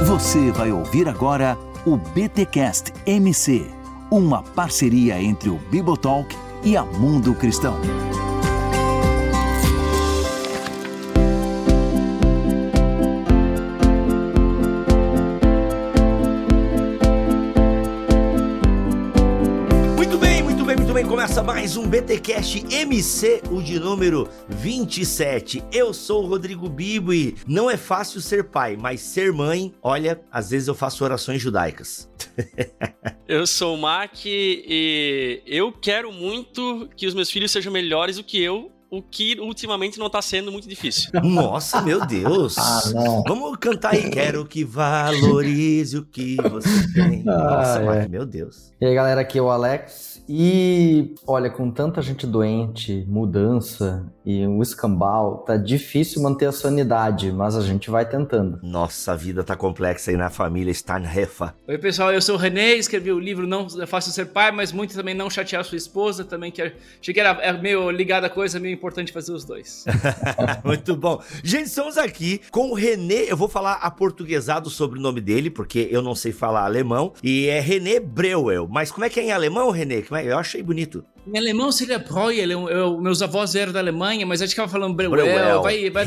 Você vai ouvir agora o BTcast MC, uma parceria entre o Bibotalk e a Mundo Cristão. Começa mais um BTcast MC, o de número 27. Eu sou o Rodrigo Bibo e não é fácil ser pai, mas ser mãe, olha, às vezes eu faço orações judaicas. Eu sou o Mac e eu quero muito que os meus filhos sejam melhores do que eu, o que ultimamente não tá sendo muito difícil. Nossa, meu Deus. Não. Vamos cantar aí. Quero que valorize o que você tem. Nossa, Mac, meu Deus. E aí, galera, aqui é o Alex. E, olha, com tanta gente doente, mudança e um escambau, tá difícil manter a sanidade, mas a gente vai tentando. Nossa, a vida tá complexa aí na família Starnhefa. Oi, pessoal, eu sou o René, escrevi o livro Não é Fácil Ser Pai, mas muito também não chatear sua esposa, também que achei que era meio ligada a coisa, meio importante fazer os dois. Muito bom. Gente, estamos aqui com o René, eu vou falar aportuguesado sobre o nome dele, porque eu não sei falar alemão, e é René Breuel, mas como é que é em alemão, René? Eu achei bonito. Em alemão seria Breuel, meus avós eram da Alemanha, mas a gente ficava falando Breuel.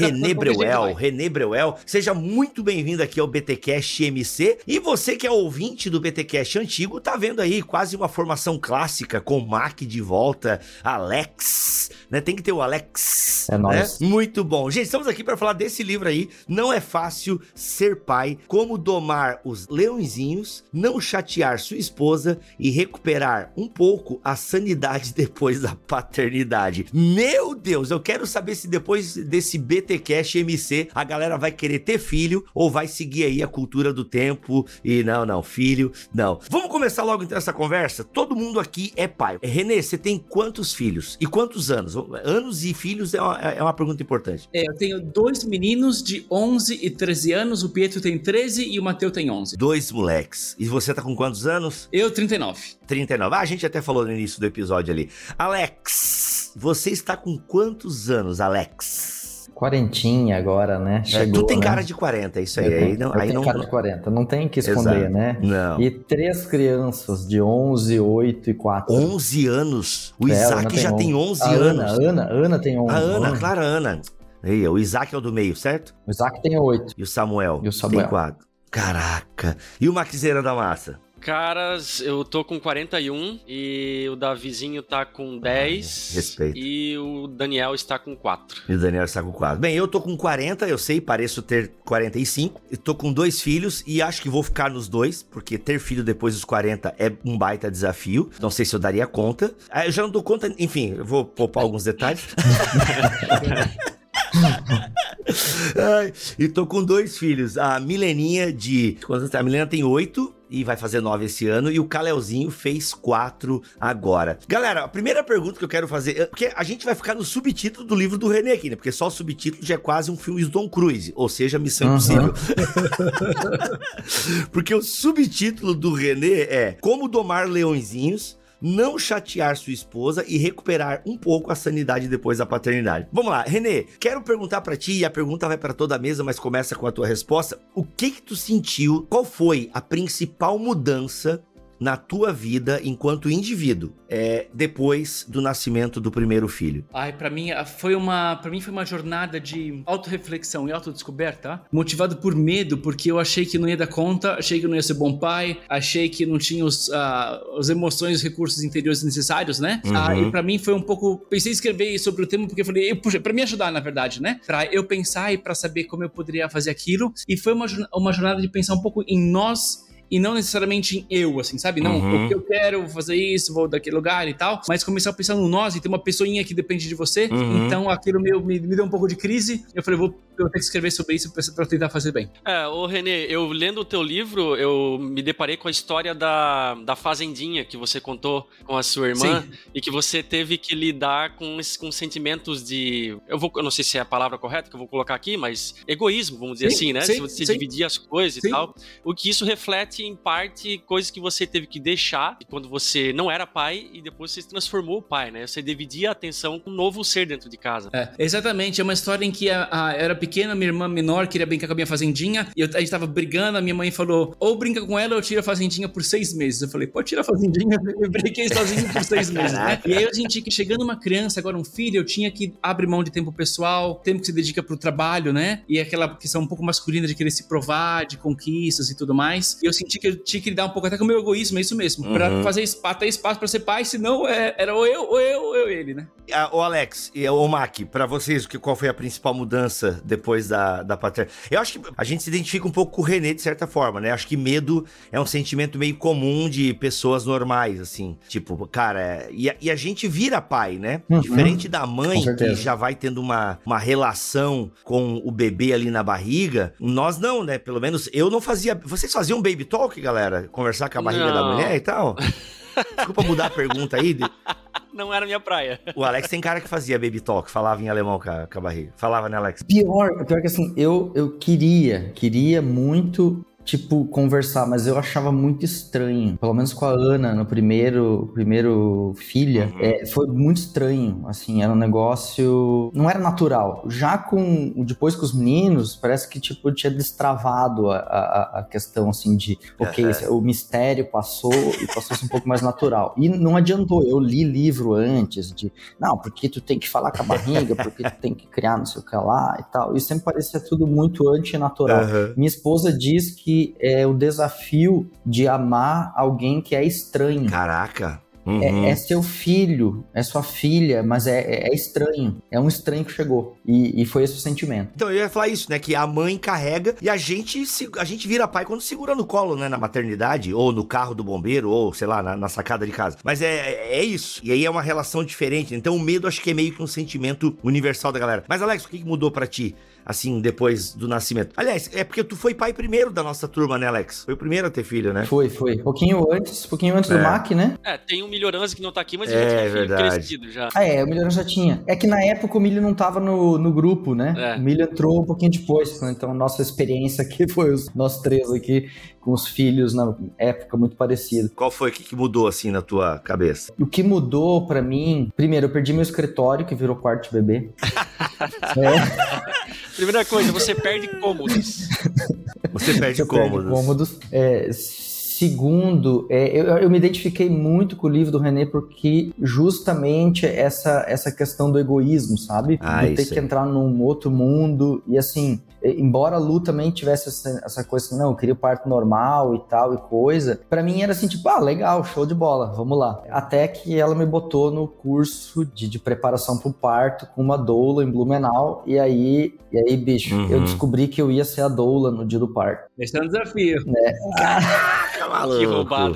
René Breuel, seja muito bem-vindo aqui ao BTcast MC, e você que é ouvinte do BTcast antigo, tá vendo aí quase uma formação clássica com o Mac de volta, Alex, né? Tem que ter o Alex, é nóis. Né? Muito bom. Gente, estamos aqui para falar desse livro aí, Não é Fácil Ser Pai, como domar os leõezinhos, não chatear sua esposa e recuperar um pouco a sanidade depois da paternidade. Meu Deus, eu quero saber se depois desse BTcast MC a galera vai querer ter filho ou vai seguir aí a cultura do tempo e não, filho, não. Vamos começar logo então essa conversa? Todo mundo aqui é pai. René, você tem quantos filhos? E quantos anos? Anos e filhos é uma pergunta importante. Eu tenho 2 meninos de 11 e 13 anos, o Pietro tem 13 e o Mateu tem 11. 2 moleques. E você tá com quantos anos? Eu, 39. 39. A gente até falou no início do episódio ali. Alex, você está com quantos anos, Alex? Quarentinha agora, né? Chegou, tu tem né? cara de 40, isso aí. Eu tenho cara de 40, não tem que esconder, Exato. né? Não. E 3 crianças de 11, 8 e 4. 11 anos? O Isaac já tem 11 anos. Ana tem 11. Claro, a Ana. Aí, o Isaac é o do meio, certo? O Isaac tem 8. E o Samuel? Tem 4. Caraca. E o Maquizeira da Massa? Caras, eu tô com 41 e o Davizinho tá com 10. Respeito. E o Daniel está com 4. E o Daniel está com 4. Bem, eu tô com 40, eu sei, pareço ter 45. Eu tô com 2 filhos e acho que vou ficar nos 2, porque ter filho depois dos 40 é um baita desafio. Não sei se eu daria conta. Eu já não dou conta, enfim, eu vou poupar alguns detalhes. E tô com 2 filhos. A Mileninha a Milena tem 8 e vai fazer 9 esse ano, e o Caleuzinho fez 4 agora. Galera, a primeira pergunta que eu quero fazer, porque a gente vai ficar no subtítulo do livro do René aqui, né? Porque só o subtítulo já é quase um filme de Tom Cruise, ou seja, Missão Impossível. Porque o subtítulo do René é Como Domar Leõezinhos, não chatear sua esposa e recuperar um pouco a sanidade depois da paternidade. Vamos lá, René, quero perguntar pra ti, e a pergunta vai pra toda a mesa, mas começa com a tua resposta. O que tu sentiu? Qual foi a principal mudança na tua vida enquanto indivíduo, depois do nascimento do primeiro filho? Pra mim foi uma jornada de autorreflexão e autodescoberta, motivado por medo, porque eu achei que não ia dar conta, achei que não ia ser bom pai, achei que não tinha as emoções, os recursos interiores necessários, né? E pra mim foi um pouco... Pensei em escrever sobre o tema porque eu falei, pra me ajudar, na verdade, né? Pra eu pensar e pra saber como eu poderia fazer aquilo. E foi uma jornada de pensar um pouco em nós e não necessariamente em eu, assim, sabe? Não, porque eu quero fazer isso, vou daquele lugar e tal, mas começar a pensar no nós e ter uma pessoinha que depende de você, então aquilo me deu um pouco de crise, eu falei, eu tenho que escrever sobre isso pra tentar fazer bem. Ô René, eu lendo o teu livro, eu me deparei com a história da fazendinha que você contou com a sua irmã. Sim. E que você teve que lidar com sentimentos de, eu não sei se é a palavra correta que eu vou colocar aqui, mas egoísmo, vamos dizer assim, né? Se você dividir as coisas e tal, o que isso reflete em parte coisas que você teve que deixar quando você não era pai e depois você se transformou pai, né? Você dividia a atenção com um novo ser dentro de casa. Exatamente, é uma história em que eu era pequeno pequena, minha irmã menor queria brincar com a minha fazendinha, e a gente tava brigando, a minha mãe falou, ou brinca com ela ou tira a fazendinha por 6 meses. Eu falei, pode tirar a fazendinha, eu brinquei sozinho por 6 meses, né? E aí eu senti que chegando uma criança, agora um filho, eu tinha que abrir mão de tempo pessoal, tempo que se dedica pro trabalho, né? E aquela questão um pouco masculina de querer se provar, de conquistas e tudo mais. E eu senti que eu tinha que lidar um pouco até com o meu egoísmo, é isso mesmo. Pra fazer ter espaço pra ser pai, senão era ou eu ou ele, né? O Alex e o Mac, pra vocês, qual foi a principal mudança depois da paternidade? Eu acho que a gente se identifica um pouco com o René, de certa forma, né? Acho que medo é um sentimento meio comum de pessoas normais, assim. Tipo, cara, e a gente vira pai, né? Diferente da mãe, que já vai tendo uma relação com o bebê ali na barriga, nós não, né? Pelo menos eu não fazia... Vocês faziam baby talk, galera? Conversar com a barriga da mulher e tal? Desculpa mudar a pergunta aí. Não era minha praia. O Alex tem cara que fazia baby talk, falava em alemão com a barriga. Falava, né, Alex? Pior que assim, eu queria muito, tipo, conversar, mas eu achava muito estranho. Pelo menos com a Ana, no primeiro filha, foi muito estranho, assim, era um negócio... Não era natural. Já depois com os meninos, parece que, tipo, eu tinha destravado a questão, assim, de, ok, o mistério passou e passou-se um pouco mais natural. E não adiantou, eu li livro antes de, não, porque tu tem que falar com a barriga, porque tu tem que criar não sei o que lá e tal. E sempre parecia tudo muito antinatural. Minha esposa diz que é o desafio de amar alguém que é estranho. Caraca! É seu filho, é sua filha, mas é estranho. É um estranho que chegou. E foi esse o sentimento. Então, eu ia falar isso, né? Que a mãe carrega e a gente vira pai quando segura no colo, né? Na maternidade, ou no carro do bombeiro, ou, sei lá, na sacada de casa. Mas é isso. E aí é uma relação diferente. Então, o medo acho que é meio que um sentimento universal da galera. Mas, Alex, o que mudou pra ti? Assim, depois do nascimento. Aliás, é porque tu foi pai primeiro da nossa turma, né, Alex? Foi o primeiro a ter filho, né? Foi. Pouquinho antes do Mac, né? Tem um Milhorança que não tá aqui, mas ele tinha filho crescido já. O Milhorança já tinha. É que na época o Milho não tava no grupo, né? O Milho entrou um pouquinho depois, né? Então nossa experiência aqui foi nós três aqui com os filhos na época muito parecida. Qual foi o que mudou, assim, na tua cabeça? O que mudou pra mim... Primeiro, eu perdi meu escritório, que virou quarto de bebê. Primeira coisa, você perde cômodos. Você perde cômodos. Segundo, eu me identifiquei muito com o livro do René porque justamente essa questão do egoísmo, sabe? De ter que entrar num outro mundo. E assim, embora a Lu também tivesse essa coisa assim, não, eu queria o parto normal e tal e coisa, pra mim era assim, tipo, legal, show de bola, vamos lá. Até que ela me botou no curso de preparação pro parto com uma doula em Blumenau, e aí bicho, eu descobri que eu ia ser a doula no dia do parto. Esse é um desafio. Caraca, maluco. Que roubado.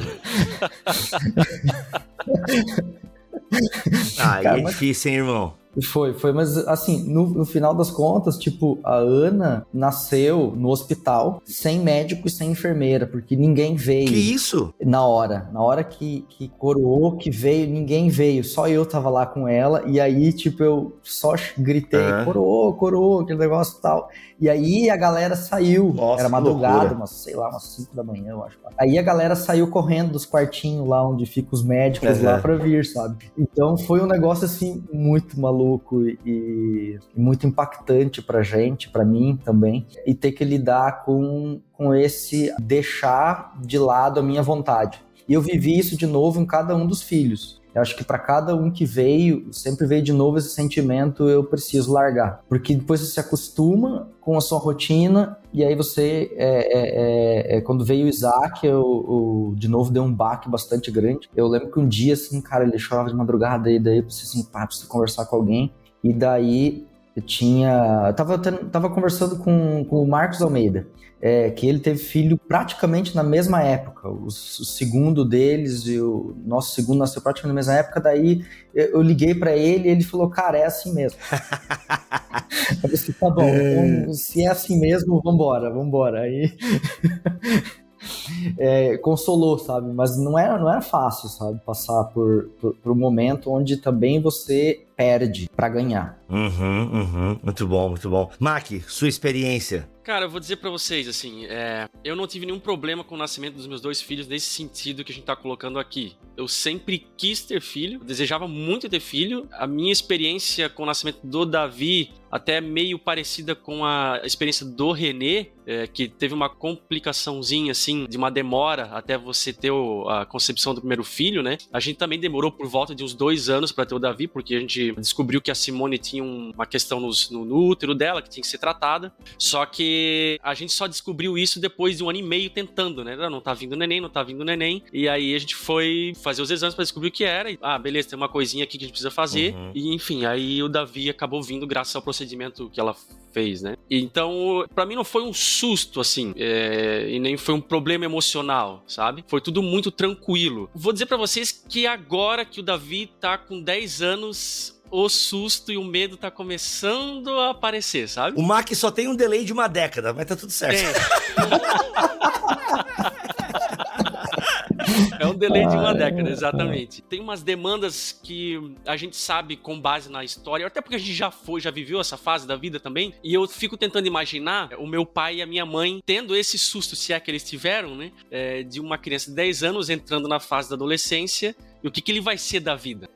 É difícil, hein, irmão? Foi, mas assim, no final das contas, tipo, a Ana nasceu no hospital sem médico e sem enfermeira, porque ninguém veio. Que isso? Na hora que coroou, que veio, ninguém veio, só eu tava lá com ela, e aí, tipo, eu só gritei, coroou, aquele negócio e tal. E aí a galera saiu, nossa, era madrugada, umas 5 da manhã, eu acho. Aí a galera saiu correndo dos quartinhos lá onde ficam os médicos lá pra vir, sabe? Então foi um negócio assim muito maluco e muito impactante pra gente, pra mim também, e ter que lidar com esse deixar de lado a minha vontade. E eu vivi isso de novo em cada um dos filhos. Eu acho que para cada um que veio, sempre veio de novo esse sentimento, eu preciso largar. Porque depois você se acostuma com a sua rotina, e aí você, quando veio o Isaac, eu de novo deu um baque bastante grande. Eu lembro que um dia, assim, cara, ele chorava de madrugada, e daí eu pensei assim, preciso conversar com alguém. E daí eu tava conversando com o Marcos Almeida, que ele teve filho praticamente na mesma época. O segundo deles e o nosso segundo nasceu praticamente na mesma época. Daí eu liguei pra ele e ele falou, cara, é assim mesmo. Eu disse, tá bom, então, se é assim mesmo, vambora. Aí consolou, sabe? Mas não era fácil, sabe? Passar por um momento onde também você perde pra ganhar. Muito bom, muito bom. Mac, sua experiência. Cara, eu vou dizer pra vocês, assim, eu não tive nenhum problema com o nascimento dos meus 2 filhos nesse sentido que a gente tá colocando aqui. Eu sempre quis ter filho, desejava muito ter filho. A minha experiência com o nascimento do Davi, até meio parecida com a experiência do René, que teve uma complicaçãozinha, assim, de uma demora até você ter a concepção do primeiro filho, né? A gente também demorou por volta de uns 2 anos pra ter o Davi, porque a gente descobriu que a Simone tinha uma questão no útero dela, que tinha que ser tratada. Só que a gente só descobriu isso depois de 1 ano e meio tentando, né? Não tá vindo neném. E aí a gente foi fazer os exames pra descobrir o que era. E, beleza, tem uma coisinha aqui que a gente precisa fazer. E enfim, aí o Davi acabou vindo graças ao procedimento que ela fez, né? Então, pra mim não foi um susto, assim, e nem foi um problema emocional, sabe? Foi tudo muito tranquilo. Vou dizer pra vocês que agora que o Davi tá com 10 anos... o susto e o medo tá começando a aparecer, sabe? O Mac só tem um delay de 1 década, mas tá tudo certo. É um delay de 1 década, exatamente. Tem umas demandas que a gente sabe com base na história, até porque a gente já viveu essa fase da vida também, e eu fico tentando imaginar o meu pai e a minha mãe tendo esse susto, se é que eles tiveram, né? De uma criança de 10 anos entrando na fase da adolescência, e o que ele vai ser da vida.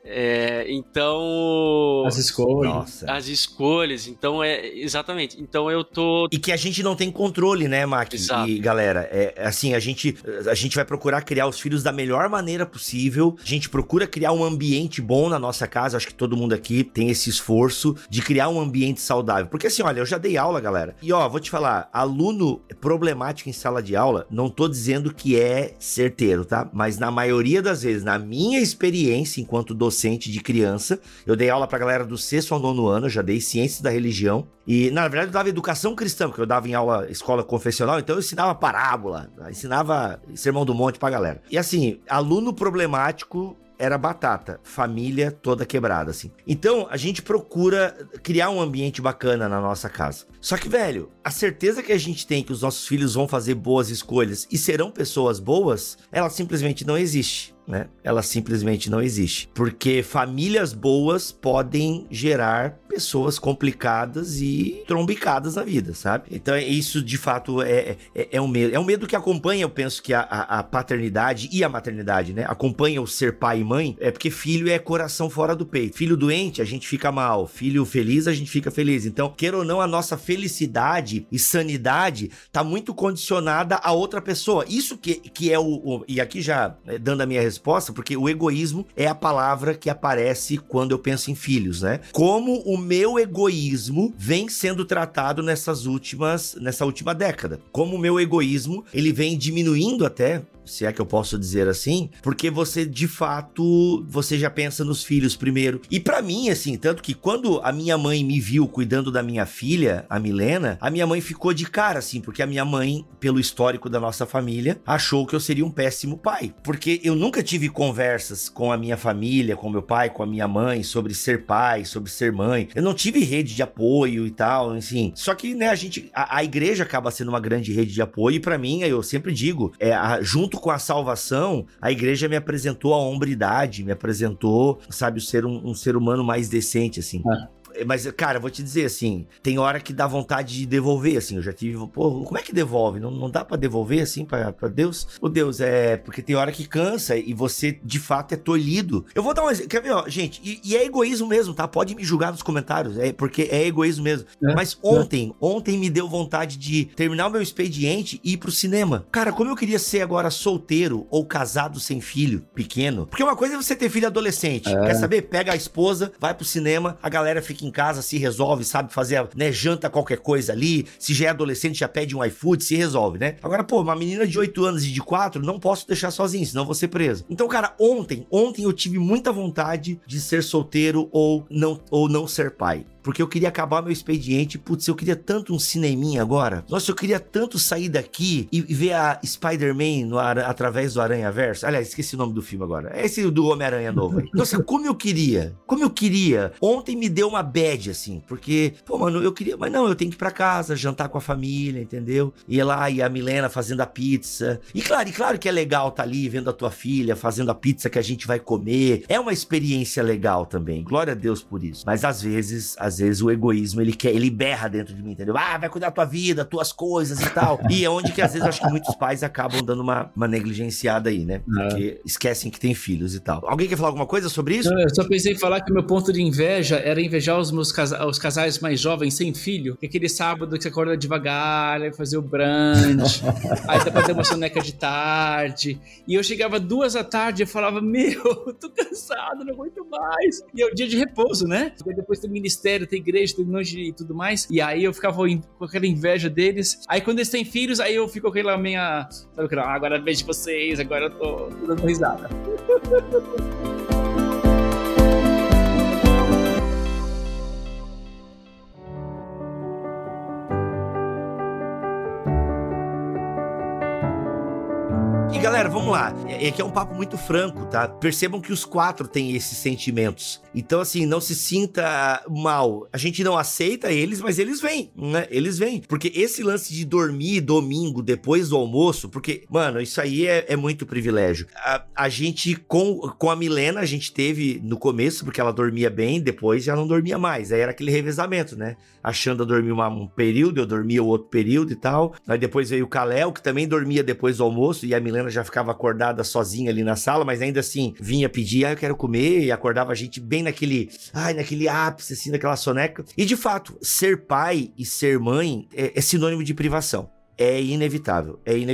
Então... As escolhas. Nossa. As escolhas, então exatamente. Então eu tô... E que a gente não tem controle, né, Mac? Exato. E galera, assim, a gente vai procurar criar os filhos da melhor maneira possível. A gente procura criar um ambiente bom na nossa casa. Acho que todo mundo aqui tem esse esforço de criar um ambiente saudável. Porque assim, olha, eu já dei aula, galera. E vou te falar, aluno problemático em sala de aula, não tô dizendo que é certeiro, tá? Mas na maioria das vezes, na minha experiência enquanto docente de criança, eu dei aula pra galera do 6º ao 9º ano, eu já dei ciências da religião, e na verdade eu dava educação cristã, porque eu dava em aula, escola confessional, então eu ensinava parábola, ensinava Sermão do Monte pra galera. E assim, aluno problemático era batata, família toda quebrada, assim. Então, a gente procura criar um ambiente bacana na nossa casa. Só que, velho, a certeza que a gente tem que os nossos filhos vão fazer boas escolhas e serão pessoas boas, ela simplesmente não existe, né? Ela simplesmente não existe. Porque famílias boas podem gerar pessoas complicadas e trombicadas na vida, sabe? Então, isso, de fato, é um medo. É um medo que acompanha, eu penso, que a paternidade e a maternidade, né? Acompanha o ser pai e mãe, porque filho é coração fora do peito. Filho doente, a gente fica mal. Filho feliz, a gente fica feliz. Então, queira ou não, a nossa felicidade e sanidade tá muito condicionada a outra pessoa. Isso que é e aqui já dando a minha resposta, porque o egoísmo é a palavra que aparece quando eu penso em filhos, né? Como o meu egoísmo vem sendo tratado nessa última década. Como o meu egoísmo, ele vem diminuindo até, se é que eu posso dizer assim, porque você, de fato, você já pensa nos filhos primeiro. E pra mim, assim, tanto que quando a minha mãe me viu cuidando da minha filha, a Milena, a minha mãe ficou de cara, assim, porque a minha mãe, pelo histórico da nossa família, achou que eu seria um péssimo pai. Porque eu nunca tive conversas com a minha família, com meu pai, com a minha mãe, sobre ser pai, sobre ser mãe. Eu não tive rede de apoio e tal, assim. Só que, né, a igreja acaba sendo uma grande rede de apoio, e pra mim, eu sempre digo, junto com a salvação, a igreja me apresentou a hombridade, me apresentou, sabe, um ser humano mais decente, assim. Mas, cara, vou te dizer, assim, tem hora que dá vontade de devolver, assim, eu já tive, pô, como é que devolve? Não dá pra devolver, assim, pra Deus? Ô Deus, porque tem hora que cansa e você, de fato, é tolhido. Eu vou dar um exemplo, quer ver, ó, gente, e é egoísmo mesmo, tá? Pode me julgar nos comentários, porque é egoísmo mesmo. Mas ontem me deu vontade de terminar o meu expediente e ir pro cinema. Cara, como eu queria ser agora solteiro ou casado sem filho pequeno, porque uma coisa é você ter filho adolescente, quer saber? Pega a esposa, vai pro cinema, a galera fica em casa, se resolve, sabe fazer, né, janta qualquer coisa ali, se já é adolescente, já pede um iFood, se resolve, né? Agora, pô, uma menina de 8 anos e de 4, não posso deixar sozinho, senão vou ser preso. Então, cara, ontem eu tive muita vontade de ser solteiro ou não ser pai. porque eu queria acabar meu expediente. Putz, eu queria tanto um cineminha agora. Nossa, eu queria tanto sair daqui e ver a Spider-Man através do Aranhaverso. Aliás, esqueci o nome do filme agora. É esse do Homem-Aranha novo aí. Nossa, como eu queria. Ontem me deu uma bad, assim, porque, pô, mano, eu queria, mas não, eu tenho que ir pra casa, jantar com a família, entendeu? Ir lá e a Milena fazendo a pizza. E claro que é legal tá ali vendo a tua filha fazendo a pizza que a gente vai comer. É uma experiência legal também. Glória a Deus por isso. Mas às vezes o egoísmo, ele berra dentro de mim, entendeu? Ah, vai cuidar da tua vida, tuas coisas e tal. E é onde que às vezes eu acho que muitos pais acabam dando uma negligenciada aí, né? Porque esquecem que tem filhos e tal. Alguém quer falar alguma coisa sobre isso? Não, eu só pensei em falar que meu ponto de inveja era invejar os casais mais jovens sem filho. Que aquele sábado que você acorda devagar, aí fazer o brunch, aí dá pra ter uma soneca de tarde. E eu chegava 2 da tarde e falava, eu tô cansado, não aguento mais. E é o dia de repouso, né? Porque depois tem ministério, tem igreja, tem longe e tudo mais. E aí eu ficava com aquela inveja deles. Aí quando eles têm filhos, aí eu fico com aquela minha... Sabe o que? Agora vejo vocês, agora eu tô dando risada. E galera, vamos lá. Aqui é um papo muito franco, tá? Percebam que os 4 têm esses sentimentos. Então, assim, não se sinta mal. A gente não aceita eles, mas eles vêm, né? Eles vêm. Porque esse lance de dormir domingo depois do almoço, porque, mano, isso aí é muito privilégio. A gente, com a Milena, a gente teve no começo, porque ela dormia bem, depois já não dormia mais. Aí era aquele revezamento, né? A Xanda dormia um período, eu dormia o outro período e tal. Aí depois veio o Kalel, que também dormia depois do almoço, e a Milena já ficava acordada sozinha ali na sala, mas ainda assim vinha pedir, eu quero comer, e acordava a gente bem naquele ápice, assim, naquela soneca. E de fato, ser pai e ser mãe é sinônimo de privação. É inevitável.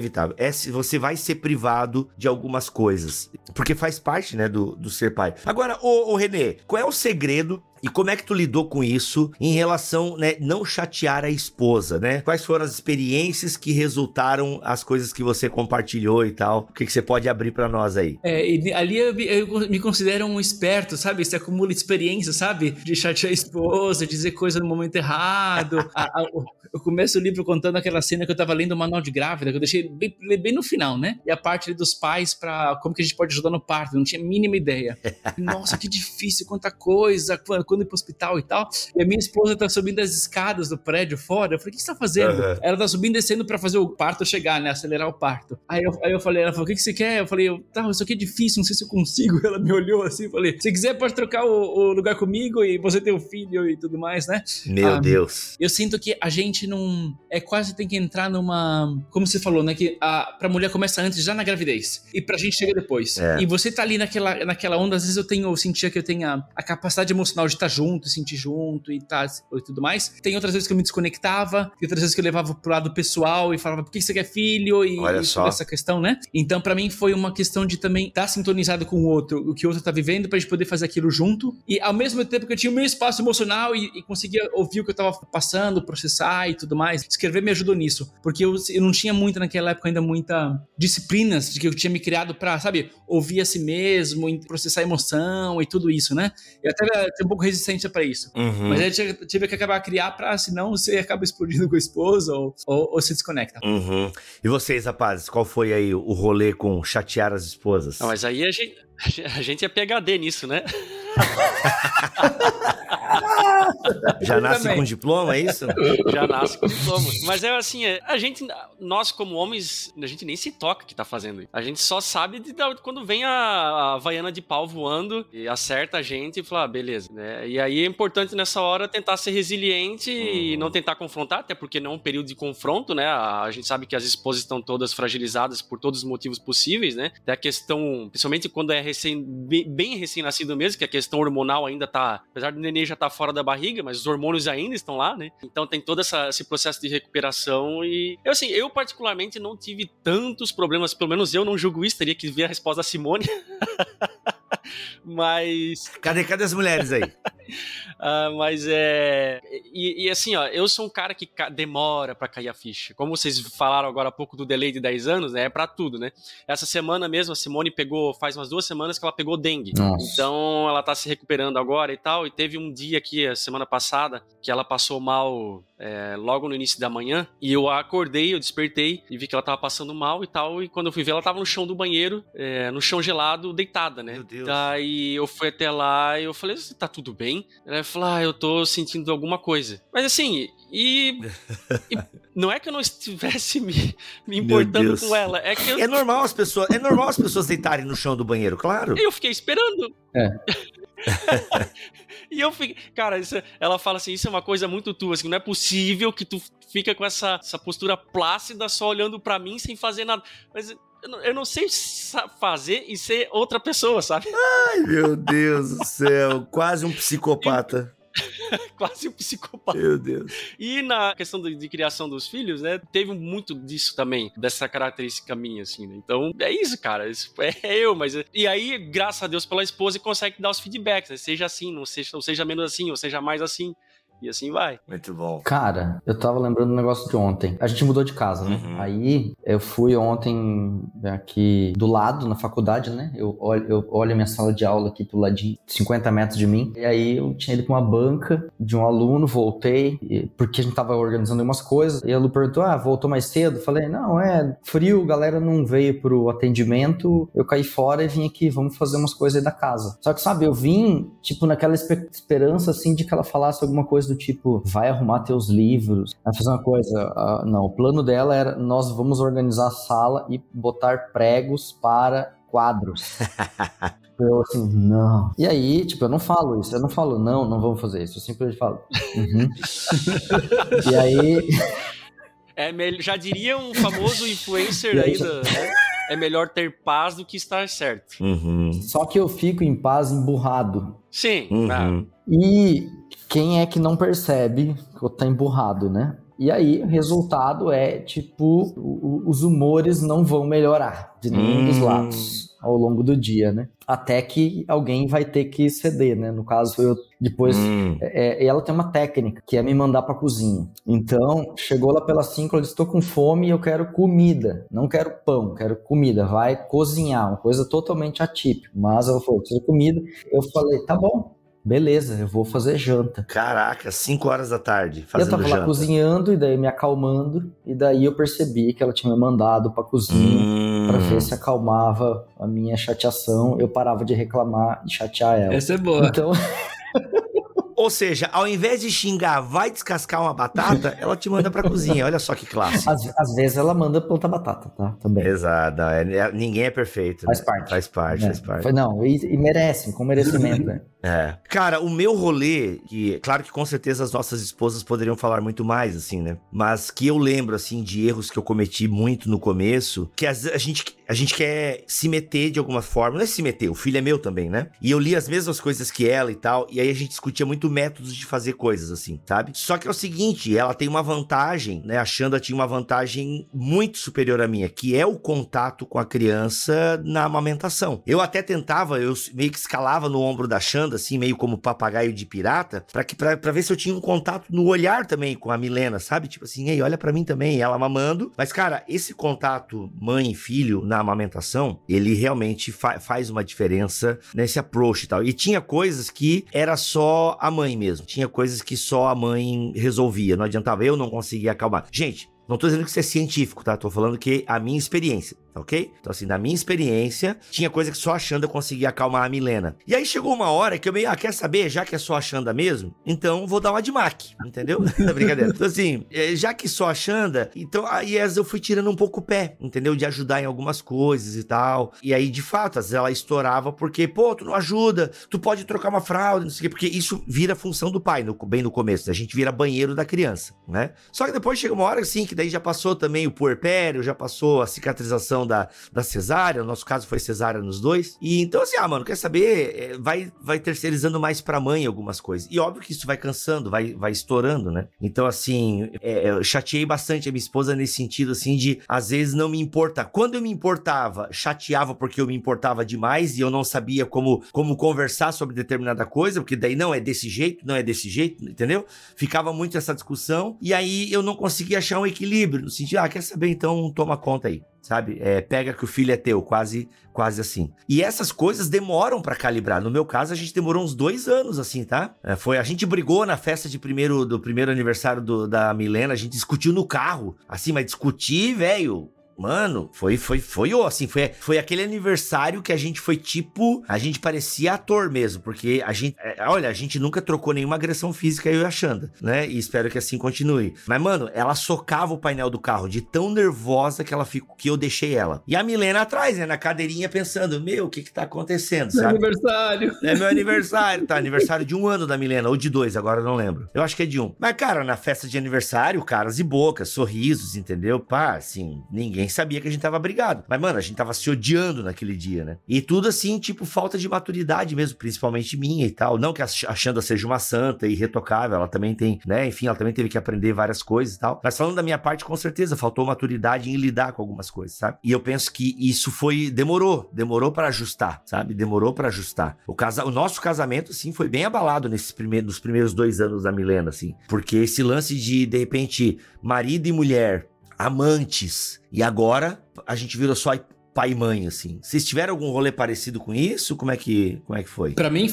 Você vai ser privado de algumas coisas, porque faz parte, né, do ser pai. Agora, ô Renê, qual é o segredo e como é que tu lidou com isso em relação, né, não chatear a esposa, né? Quais foram as experiências que resultaram as coisas que você compartilhou e tal? O que você pode abrir pra nós aí? Ali eu me considero um esperto, sabe? Você acumula experiência, sabe? De chatear a esposa, dizer coisa no momento errado. Eu começo o livro contando aquela cena que eu tava lendo o manual de grávida, que eu deixei bem no final, né? E a parte ali dos pais pra como que a gente pode ajudar no parto, não tinha a mínima ideia. Nossa, que difícil, quanta coisa, quando ir pro hospital e tal. E a minha esposa tá subindo as escadas do prédio fora. Eu falei, o que você tá fazendo? Uhum. Ela tá subindo e descendo pra fazer o parto chegar, né? Acelerar o parto. Aí eu falei, ela falou, o que você quer? Eu falei, isso aqui é difícil, não sei se eu consigo. Ela me olhou assim, falei, se quiser pode trocar o lugar comigo e você ter o filho e tudo mais, né? Meu Deus. Eu sinto que a gente não... quase tem que entrar numa... Como você falou, né? Que pra mulher começa antes, já na gravidez. E pra gente chega depois. E você tá ali naquela onda, às vezes eu sentia que eu tenho a capacidade emocional de estar junto, sentir junto e tudo mais. Tem outras vezes que eu me desconectava, tem outras vezes que eu levava pro lado pessoal e falava, por que você quer filho? E toda essa questão, né? Então, pra mim, foi uma questão de também estar sintonizado com o outro, o que o outro tá vivendo, pra gente poder fazer aquilo junto. E ao mesmo tempo que eu tinha o meu espaço emocional e conseguia ouvir o que eu tava passando, processar e tudo mais. Escrever me ajudou nisso, porque eu não tinha muito naquela época ainda muita disciplinas de que eu tinha me criado pra, sabe, ouvir a si mesmo, processar a emoção e tudo isso, né? Eu até tinha um pouco resistência pra isso. Uhum. Mas aí eu tive que acabar a criar pra, senão você acaba explodindo com a esposa ou se desconecta. Uhum. E vocês, rapazes, qual foi aí o rolê com chatear as esposas? Não, mas aí a gente é PhD nisso, né? Já nasce com diploma, é isso? Já nasce com diploma. Mas é assim, nós como homens, a gente nem se toca que tá fazendo isso. A gente só sabe quando vem a havaiana de pau voando e acerta a gente e fala, beleza, né? E aí é importante nessa hora tentar ser resiliente e não tentar confrontar, até porque não é um período de confronto, né? A gente sabe que as esposas estão todas fragilizadas por todos os motivos possíveis, né? Até a questão, principalmente quando é bem recém-nascido mesmo, que a questão hormonal ainda tá, apesar do neném já tá fora da barriga, mas os hormônios ainda estão lá, né? Então tem todo esse processo de recuperação e... Eu particularmente não tive tantos problemas, pelo menos eu não julgo isso, teria que ver a resposta da Simone. Mas... Cadê as mulheres aí? Mas E assim, ó, eu sou um cara que demora pra cair a ficha. Como vocês falaram agora há pouco do delay de 10 anos, né? É pra tudo, né? Essa semana mesmo, a Simone faz umas 2 semanas que ela pegou dengue. Nossa. Então, ela tá se recuperando agora e tal. E teve um dia aqui, a semana passada, que ela passou mal logo no início da manhã. E eu acordei, eu despertei e vi que ela tava passando mal e tal. E quando eu fui ver, ela tava no chão do banheiro, no chão gelado, deitada, né? Meu Deus. Daí eu fui até lá e eu falei, tá tudo bem? Ela falou, eu tô sentindo alguma coisa. Mas assim, e não é que eu não estivesse me importando com ela, é que É normal as pessoas deitarem no chão do banheiro, claro. eu fiquei esperando. E eu fiquei, cara, ela fala assim, isso é uma coisa muito tua, assim, não é possível que tu fica com essa postura plácida só olhando pra mim sem fazer nada. Mas eu não sei fazer e ser outra pessoa, sabe? Ai, meu Deus do céu, quase um psicopata. Quase um psicopata. Meu Deus. E na questão de criação dos filhos, né, teve muito disso também, dessa característica minha, assim, né? Então, é isso, cara, isso é eu, mas... E aí, graças a Deus pela esposa, consegue dar os feedbacks, né? Seja assim, não seja menos assim, ou seja mais assim. E assim vai. Muito bom. Cara, eu tava lembrando um negócio de ontem. A gente mudou de casa, né? Uhum. Aí eu fui ontem aqui do lado, na faculdade, né? Eu olho a minha sala de aula aqui pro ladinho, 50 metros de mim. E aí eu tinha ido pra uma banca de um aluno, voltei, porque a gente tava organizando umas coisas. E a Lu perguntou, voltou mais cedo? Falei, não, frio, galera não veio pro atendimento. Eu caí fora e vim aqui, vamos fazer umas coisas aí da casa. Só que, sabe, eu vim, tipo, naquela esperança, assim, de que ela falasse alguma coisa do tipo, vai arrumar teus livros, vai fazer uma coisa. Não, o plano dela era, nós vamos organizar a sala e botar pregos para quadros. Eu assim, não. E aí, tipo, eu não falo isso, não vamos fazer isso, eu simplesmente falo, E aí... Já diria um famoso influencer aí, né? É melhor ter paz do que estar certo. Uhum. Só que eu fico em paz emburrado. Sim. Uhum. E quem é que não percebe que eu tô emburrado, né? E aí, o resultado é, tipo, os humores não vão melhorar de nenhum dos lados ao longo do dia, né? Até que alguém vai ter que ceder, né? No caso, eu depois... ela tem uma técnica, que é me mandar pra cozinha. Então, chegou lá pelas 5, ela disse, estou com fome e eu quero comida. Não quero pão, quero comida. Vai cozinhar, uma coisa totalmente atípica. Mas ela falou, preciso de comida. Eu falei, tá bom. Beleza, eu vou fazer janta. Caraca, 5 horas da tarde fazendo janta. Eu tava lá cozinhando e daí me acalmando. E daí eu percebi que ela tinha me mandado pra cozinha pra ver se acalmava a minha chateação. Eu parava de reclamar e chatear ela. Essa é boa. Então... Ou seja, ao invés de xingar, vai descascar uma batata, ela te manda pra cozinha. Olha só que clássico. Às vezes ela manda plantar batata, tá? Também. Exato. Ninguém é perfeito. Faz né? parte. Faz parte. Não, e merece, com merecimento, né? Cara, o meu rolê, que claro que com certeza as nossas esposas poderiam falar muito mais, assim, né? Mas que eu lembro, assim, de erros que eu cometi muito no começo, que a gente quer se meter de alguma forma. Não é se meter, o filho é meu também, né? E eu li as mesmas coisas que ela e tal, e aí a gente discutia muito métodos de fazer coisas, assim, sabe? Só que é o seguinte, ela tem uma vantagem, né? A Xanda tinha uma vantagem muito superior à minha, que é o contato com a criança na amamentação. Eu até tentava, eu meio que escalava no ombro da Xanda, assim, meio como papagaio de pirata, pra ver se eu tinha um contato no olhar também com a Milena, sabe? Tipo assim, ei, olha pra mim também, ela mamando. Mas, cara, esse contato mãe e filho na amamentação, ele realmente faz uma diferença nesse approach e tal. E tinha coisas que era só a mãe mesmo. Tinha coisas que só a mãe resolvia. Não adiantava, eu não conseguia acalmar. Gente, não tô dizendo que isso é científico, tá? Tô falando que a minha experiência, ok? Então, assim, da minha experiência, tinha coisa que só a Xanda conseguia acalmar a Milena. E aí chegou uma hora que eu meio, quer saber? Já que é só a Xanda mesmo, então vou dar uma de Mac, entendeu? Brincadeira. Então, assim, já que só a Xanda, então aí eu fui tirando um pouco o pé, entendeu? De ajudar em algumas coisas e tal. E aí, de fato, às vezes ela estourava porque, pô, tu não ajuda, tu pode trocar uma fralda, não sei o quê, porque isso vira função do pai, bem no começo, né? A gente vira banheiro da criança, né? Só que depois chega uma hora, assim, que daí já passou também o puerpério, já passou a cicatrização questão da cesárea, no nosso caso foi cesárea nos dois. E então assim, mano, quer saber? Vai terceirizando mais pra mãe algumas coisas. E óbvio que isso vai cansando, vai estourando, né? Então assim, eu chateei bastante a minha esposa nesse sentido, assim, de às vezes não me importar. Quando eu me importava, chateava porque eu me importava demais e eu não sabia como conversar sobre determinada coisa, porque daí não é desse jeito, entendeu? Ficava muito essa discussão e aí eu não conseguia achar um equilíbrio, no sentido, quer saber, então toma conta aí, sabe? Pega que o filho é teu, quase assim. E essas coisas demoram pra calibrar. No meu caso, a gente demorou uns 2 anos, assim, tá? A gente brigou na festa do primeiro aniversário da Milena, a gente discutiu no carro, assim, mas discutir, velho... Mano, foi aquele aniversário que a gente foi tipo, a gente parecia ator mesmo, porque a gente nunca trocou nenhuma agressão física, eu e a Xanda, né, e espero que assim continue. Mas, mano, ela socava o painel do carro de tão nervosa que ela ficou, que eu deixei ela. E a Milena atrás, né, na cadeirinha pensando, o que tá acontecendo, sabe? Meu aniversário. É meu aniversário, tá, aniversário de 1 ano da Milena, ou de 2, agora eu não lembro. Eu acho que é de 1. Mas, cara, na festa de aniversário, caras e bocas, sorrisos, entendeu? Pá, assim, ninguém sabia que a gente tava brigado. Mas, mano, a gente tava se odiando naquele dia, né? E tudo assim, tipo, falta de maturidade mesmo, principalmente minha e tal. Não que a Xanda seja uma santa e irretocável, ela também tem, né? Enfim, ela também teve que aprender várias coisas e tal. Mas falando da minha parte, com certeza, faltou maturidade em lidar com algumas coisas, sabe? E eu penso que isso demorou pra ajustar, sabe? Demorou pra ajustar. O nosso casamento, assim, foi bem abalado nos primeiros 2 anos da Milena, assim. Porque esse lance de repente, marido e mulher, amantes, e agora a gente virou só pai e mãe, assim. Vocês tiveram algum rolê parecido com isso? Como é que foi? Pra mim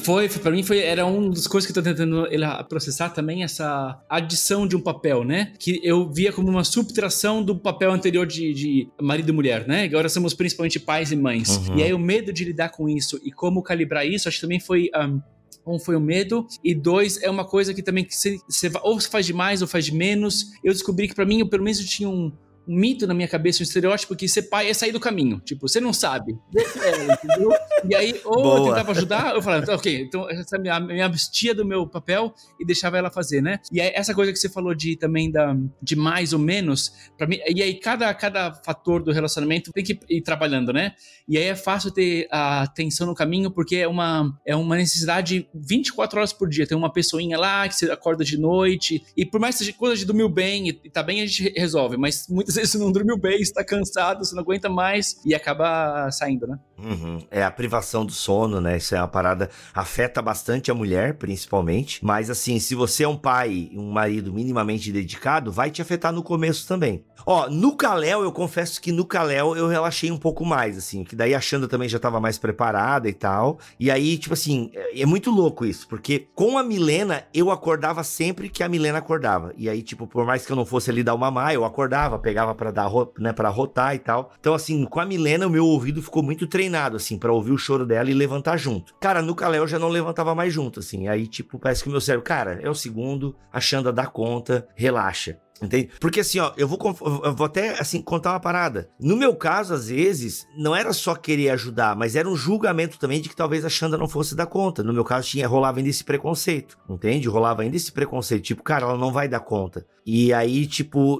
era uma das coisas que eu tô tentando processar também, essa adição de um papel, né? Que eu via como uma subtração do papel anterior de marido e mulher, né? Agora somos principalmente pais e mães. Uhum. E aí o medo de lidar com isso e como calibrar isso, acho que também foi... foi o medo, e 2, é uma coisa que também ou você faz de mais ou faz de menos. Eu descobri que pra mim, eu pelo menos eu tinha um mito na minha cabeça, um estereótipo que ser pai é sair do caminho. Tipo, você não sabe. Entendeu? E aí, ou eu tentava ajudar, eu falava, ok, então essa me abstia do meu papel e deixava ela fazer, né? E aí, essa coisa que você falou também de mais ou menos, pra mim, e aí cada fator do relacionamento tem que ir trabalhando, né? E aí é fácil ter a atenção no caminho, porque é uma necessidade 24 horas por dia. Tem uma pessoinha lá que você acorda de noite, e por mais que seja coisa de dormir bem e tá bem, a gente resolve, mas muitas vezes você não dormiu bem, você tá cansado, você não aguenta mais e acaba saindo, né? Uhum. É a privação do sono, né? Isso é uma parada, afeta bastante a mulher, principalmente, mas assim, se você é um pai, um marido minimamente dedicado, vai te afetar no começo também. No Kalel, eu confesso que no Kalel eu relaxei um pouco mais, assim, que daí a Xanda também já tava mais preparada e tal, e aí, tipo assim, é muito louco isso, porque com a Milena, eu acordava sempre que a Milena acordava, e aí, tipo, por mais que eu não fosse ali dar o mamar, eu acordava, pegava pra dar, né, pra rotar e tal. Então, assim, com a Milena, o meu ouvido ficou muito treinado, assim, pra ouvir o choro dela e levantar junto. Cara, no Kalel eu já não levantava mais junto, assim, aí, tipo, parece que o meu cérebro, cara, é o segundo, a Xanda dá conta, relaxa. Entende? Porque assim, eu vou até assim contar uma parada. No meu caso, às vezes, não era só querer ajudar, mas era um julgamento também de que talvez a Xanda não fosse dar conta. No meu caso, rolava ainda esse preconceito, entende? Rolava ainda esse preconceito, tipo, cara, ela não vai dar conta. E aí, tipo,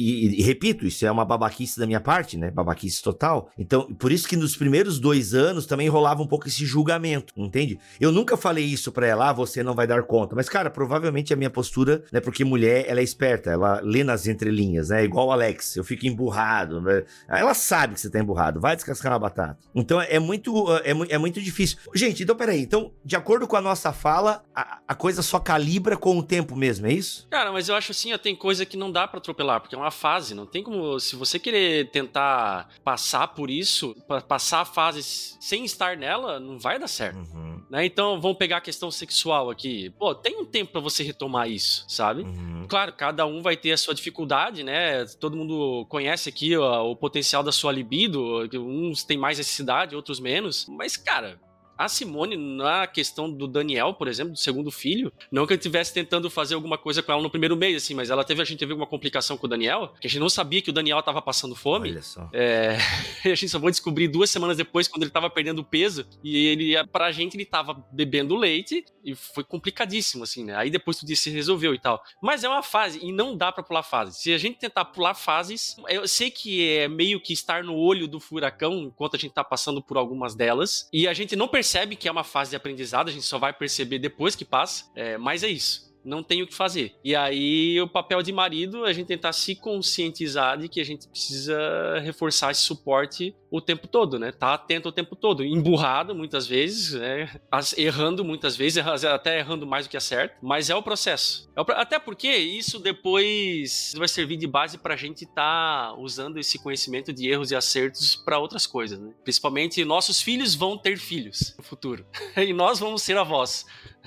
e repito, isso é uma babaquice da minha parte, né? Babaquice total. Então, por isso que nos primeiros 2 anos também rolava um pouco esse julgamento, entende? Eu nunca falei isso pra ela, você não vai dar conta. Mas, cara, provavelmente a minha postura, né? Porque mulher, ela é esperta, ela lê nas entrelinhas, né? Igual o Alex, eu fico emburrado, né? Ela sabe que você tá emburrado, vai descascar uma batata. Então, é muito difícil. Gente, então, peraí. Então, de acordo com a nossa fala, a coisa só calibra com o tempo mesmo, é isso? Cara, mas eu acho assim, tem coisa que não dá pra atropelar, porque é uma fase, não tem como, se você querer tentar passar por isso, passar a fase sem estar nela, não vai dar certo. Uhum. Né? Então, vamos pegar a questão sexual aqui. Pô, tem um tempo pra você retomar isso, sabe? Uhum. Claro, cada um vai ter a sua dificuldade, né? Todo mundo conhece aqui o potencial da sua libido, uns têm mais necessidade, outros menos, mas, cara, A Simone, na questão do Daniel, por exemplo, do segundo filho, não que eu estivesse tentando fazer alguma coisa com ela no primeiro mês, assim, mas a gente teve uma complicação com o Daniel, que a gente não sabia que o Daniel tava passando fome. Olha só. A gente só foi descobrir 2 semanas depois, quando ele tava perdendo peso, e pra gente ele tava bebendo leite, e foi complicadíssimo, assim, né? Aí depois tudo isso se resolveu e tal. Mas é uma fase, e não dá pra pular fases. Se a gente tentar pular fases, eu sei que é meio que estar no olho do furacão, enquanto a gente tá passando por algumas delas, e a gente não percebe que é uma fase de aprendizado, a gente só vai perceber depois que passa, mas é isso. Não tem o que fazer. E aí, o papel de marido é a gente tentar se conscientizar de que a gente precisa reforçar esse suporte o tempo todo, né? Tá atento o tempo todo. Emburrado, muitas vezes, né? Errando muitas vezes, até errando mais do que acerta. Mas é o processo. Até porque isso depois vai servir de base pra gente tá usando esse conhecimento de erros e acertos pra outras coisas, né? Principalmente, nossos filhos vão ter filhos no futuro. E nós vamos ser avós.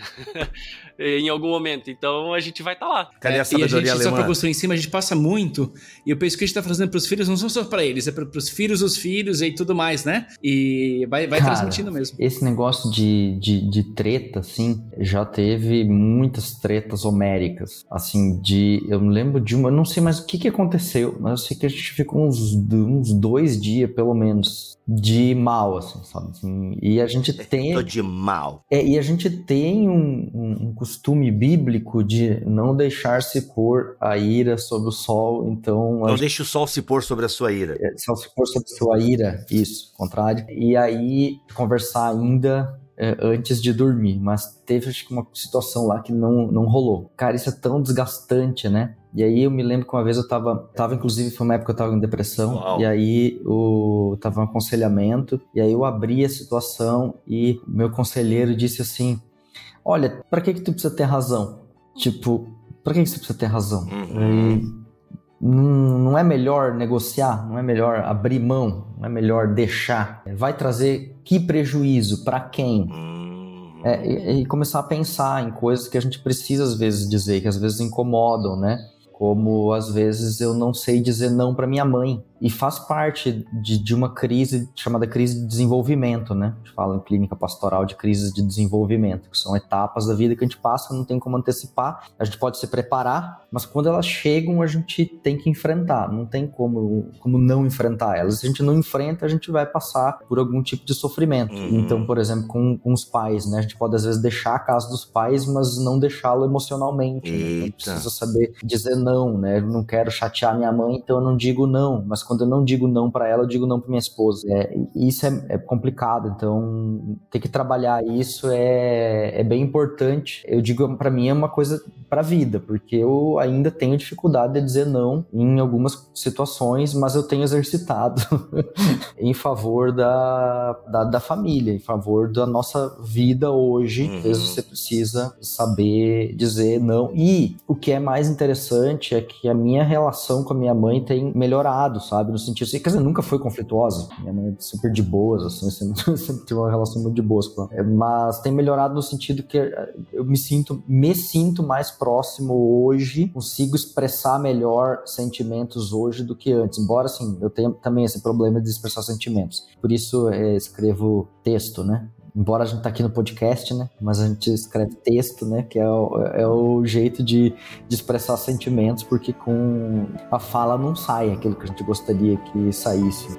Em algum momento, então a gente vai estar lá. Cadê a sabedoria e a gente, alemã? só pra construir em cima, a gente passa muito, e eu penso que a gente tá fazendo pros filhos, não são só pra eles, é pros filhos, os filhos e tudo mais, né? E vai Cara, transmitindo mesmo. Esse negócio de treta, assim, já teve muitas tretas homéricas, assim, eu me lembro de uma, eu não sei mais o que aconteceu, mas eu sei que a gente ficou uns 2 dias, pelo menos, de mal, assim, sabe? Assim, e a gente tem... Tô de mal. E a gente tem um costume bíblico de não deixar-se pôr a ira sobre o sol, então... Não deixe o sol se pôr sobre a sua ira. Sol se pôr sobre a sua ira, isso, contrário. E aí, conversar ainda... antes de dormir, mas teve acho que uma situação lá que não rolou. Cara, isso é tão desgastante, né? E aí eu me lembro que uma vez eu tava inclusive foi uma época que eu tava em depressão. Uau. E aí tava um aconselhamento, e aí eu abri a situação e meu conselheiro disse assim, olha, pra que tu precisa ter razão? Tipo, pra que você precisa ter razão? Não é melhor negociar? Não é melhor abrir mão? Não é melhor deixar? Vai trazer que prejuízo? Pra quem? E começar a pensar em coisas que a gente precisa às vezes dizer, que às vezes incomodam, né? Como às vezes eu não sei dizer não pra minha mãe. E faz parte de uma crise chamada crise de desenvolvimento, né? A gente fala em clínica pastoral de crises de desenvolvimento, que são etapas da vida que a gente passa, não tem como antecipar. A gente pode se preparar, mas quando elas chegam, a gente tem que enfrentar. Não tem como não enfrentar elas. Se a gente não enfrenta, a gente vai passar por algum tipo de sofrimento. Então, por exemplo, com os pais, né? A gente pode às vezes deixar a casa dos pais, mas não deixá-lo emocionalmente. Né? Então, precisa saber dizer não, né? Eu não quero chatear minha mãe, então eu não digo não. Mas quando eu não digo não pra ela, eu digo não pra minha esposa. Isso é complicado, então ter que trabalhar isso é bem importante. Eu digo, pra mim é uma coisa pra vida, porque eu ainda tenho dificuldade de dizer não em algumas situações, mas eu tenho exercitado em favor da família, em favor da nossa vida hoje. Às vezes você precisa saber dizer não. E o que é mais interessante é que a minha relação com a minha mãe tem melhorado, sabe? No sentido assim, quer dizer, nunca foi conflituosa. Minha mãe é super de boas, assim, sempre tive uma relação muito de boas com ela. Mas tem melhorado no sentido que eu me sinto mais próximo hoje, consigo expressar melhor sentimentos hoje do que antes. Embora, assim, eu tenha também esse problema de expressar sentimentos. Por isso, escrevo texto, né? Embora a gente tá aqui no podcast, né? Mas a gente escreve texto, né? Que é o jeito de expressar sentimentos, porque com a fala não sai aquilo que a gente gostaria que saísse.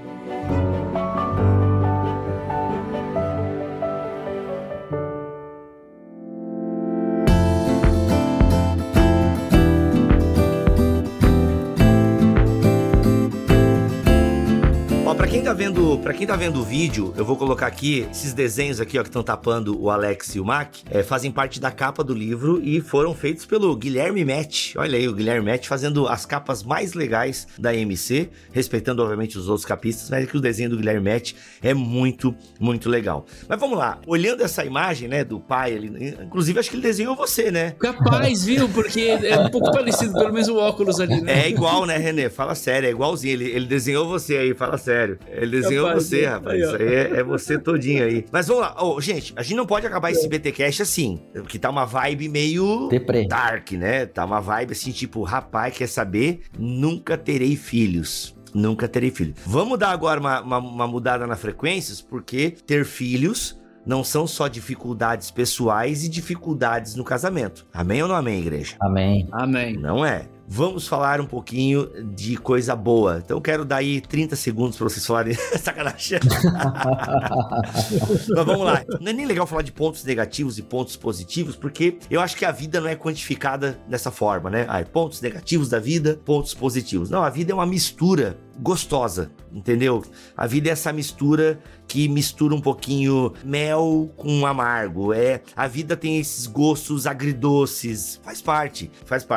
Pra quem tá vendo o vídeo, eu vou colocar aqui esses desenhos aqui, ó, que estão tapando o Alex e o Mac, fazem parte da capa do livro e foram feitos pelo Guilherme Metz. Olha aí, o Guilherme Metz fazendo as capas mais legais da MC, respeitando, obviamente, os outros capistas, mas é que o desenho do Guilherme Metz é muito, muito legal. Mas vamos lá, olhando essa imagem, né, do pai, ele, inclusive, acho que ele desenhou você, né? Capaz, viu? Porque é um pouco parecido, pelo menos o óculos ali, né? É igual, né, Renê? Fala sério, é igualzinho. Ele desenhou você aí, fala sério. Ele desenhou você, rapaz. Isso aí é você todinho aí. Mas vamos lá. Gente, a gente não pode acabar esse BTcast assim, porque tá uma vibe meio Deprê. Dark, né? Tá uma vibe assim, tipo, rapaz, quer saber? Nunca terei filhos. Nunca terei filhos. Vamos dar agora uma mudada na frequências, porque ter filhos não são só dificuldades pessoais e dificuldades no casamento. Amém ou não amém, igreja? Amém. Amém. Não é. Vamos falar um pouquinho de coisa boa. Então eu quero dar aí 30 segundos para vocês falarem. Sacanagem. Mas vamos lá. Não é nem legal falar de pontos negativos e pontos positivos, porque eu acho que a vida não é quantificada dessa forma, né? Pontos negativos da vida, pontos positivos. Não, a vida é uma mistura gostosa, entendeu? A vida é essa mistura que mistura um pouquinho mel com amargo. A vida tem esses gostos agridoces. Faz parte.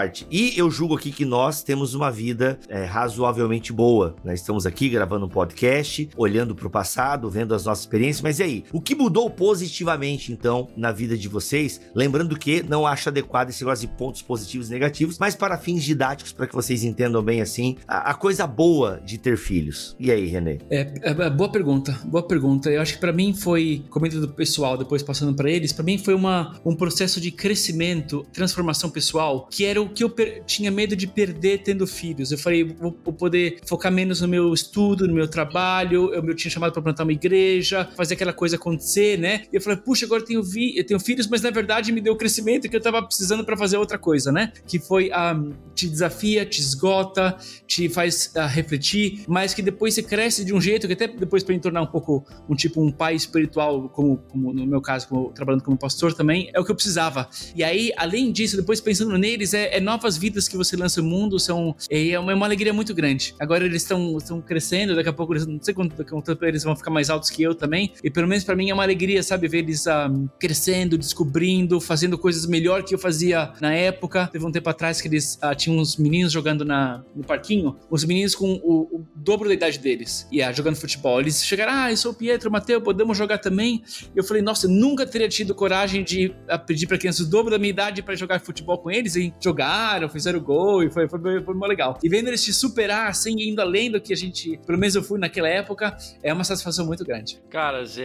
E eu julgo aqui que nós temos uma vida razoavelmente boa. Nós estamos aqui gravando um podcast, olhando para o passado, vendo as nossas experiências. Mas e aí? O que mudou positivamente, então, na vida de vocês? Lembrando que não acho adequado esse negócio de pontos positivos e negativos, mas para fins didáticos, para que vocês entendam bem assim, a coisa boa de ter filhos. E aí, René? Boa pergunta. Eu acho que pra mim foi, comentando do pessoal, depois passando pra eles, pra mim foi um processo de crescimento, transformação pessoal, que era o que eu tinha medo de perder tendo filhos. Eu falei, vou poder focar menos no meu estudo, no meu trabalho, eu tinha chamado pra plantar uma igreja, fazer aquela coisa acontecer, né? E eu falei, puxa, agora eu tenho filhos, mas na verdade me deu o crescimento que eu tava precisando pra fazer outra coisa, né? Que foi, te desafia, te esgota, te faz refletir, mas que depois você cresce de um jeito que até depois pra me tornar um pouco um pai espiritual, como no meu caso, trabalhando como pastor também, é o que eu precisava. E aí, além disso, depois pensando neles, novas vidas que você lança no mundo, é uma alegria muito grande. Agora eles estão crescendo, daqui a pouco, não sei quanto eles vão ficar mais altos que eu também, e pelo menos pra mim é uma alegria, sabe, ver eles crescendo, descobrindo, fazendo coisas melhor que eu fazia na época. Teve um tempo atrás que eles tinham uns meninos jogando no parquinho, os meninos com o dobro da idade deles, jogando futebol. Eles chegaram, eu sou o Pietro, Mateu, podemos jogar também? Eu falei, nossa, eu nunca teria tido coragem de pedir pra crianças o dobro da minha idade pra jogar futebol com eles, e jogaram, fizeram gol, e foi muito legal. E vendo eles te superar, assim, indo além do que a gente, pelo menos eu fui naquela época, é uma satisfação muito grande. Caras,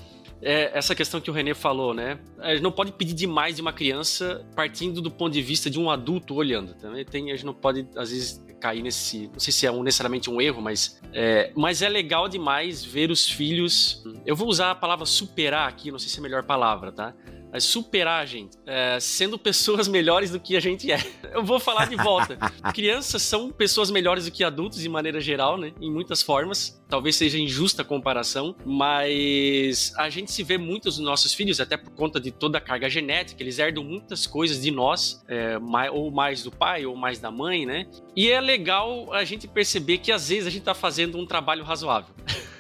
essa questão que o René falou, né? A gente não pode pedir demais de uma criança partindo do ponto de vista de um adulto olhando. Também a gente não pode, às vezes, cair nesse... Não sei se é necessariamente um erro, mas é legal demais ver os filhos... Eu vou usar a palavra superar aqui, não sei se é a melhor palavra, tá? Mas superar a gente, sendo pessoas melhores do que a gente é. Eu vou falar de volta. Crianças são pessoas melhores do que adultos, de maneira geral, né? Em muitas formas. Talvez seja injusta a comparação, mas a gente se vê muitos dos nossos filhos, até por conta de toda a carga genética, eles herdam muitas coisas de nós, ou mais do pai, ou mais da mãe, né? E é legal a gente perceber que às vezes a gente tá fazendo um trabalho razoável.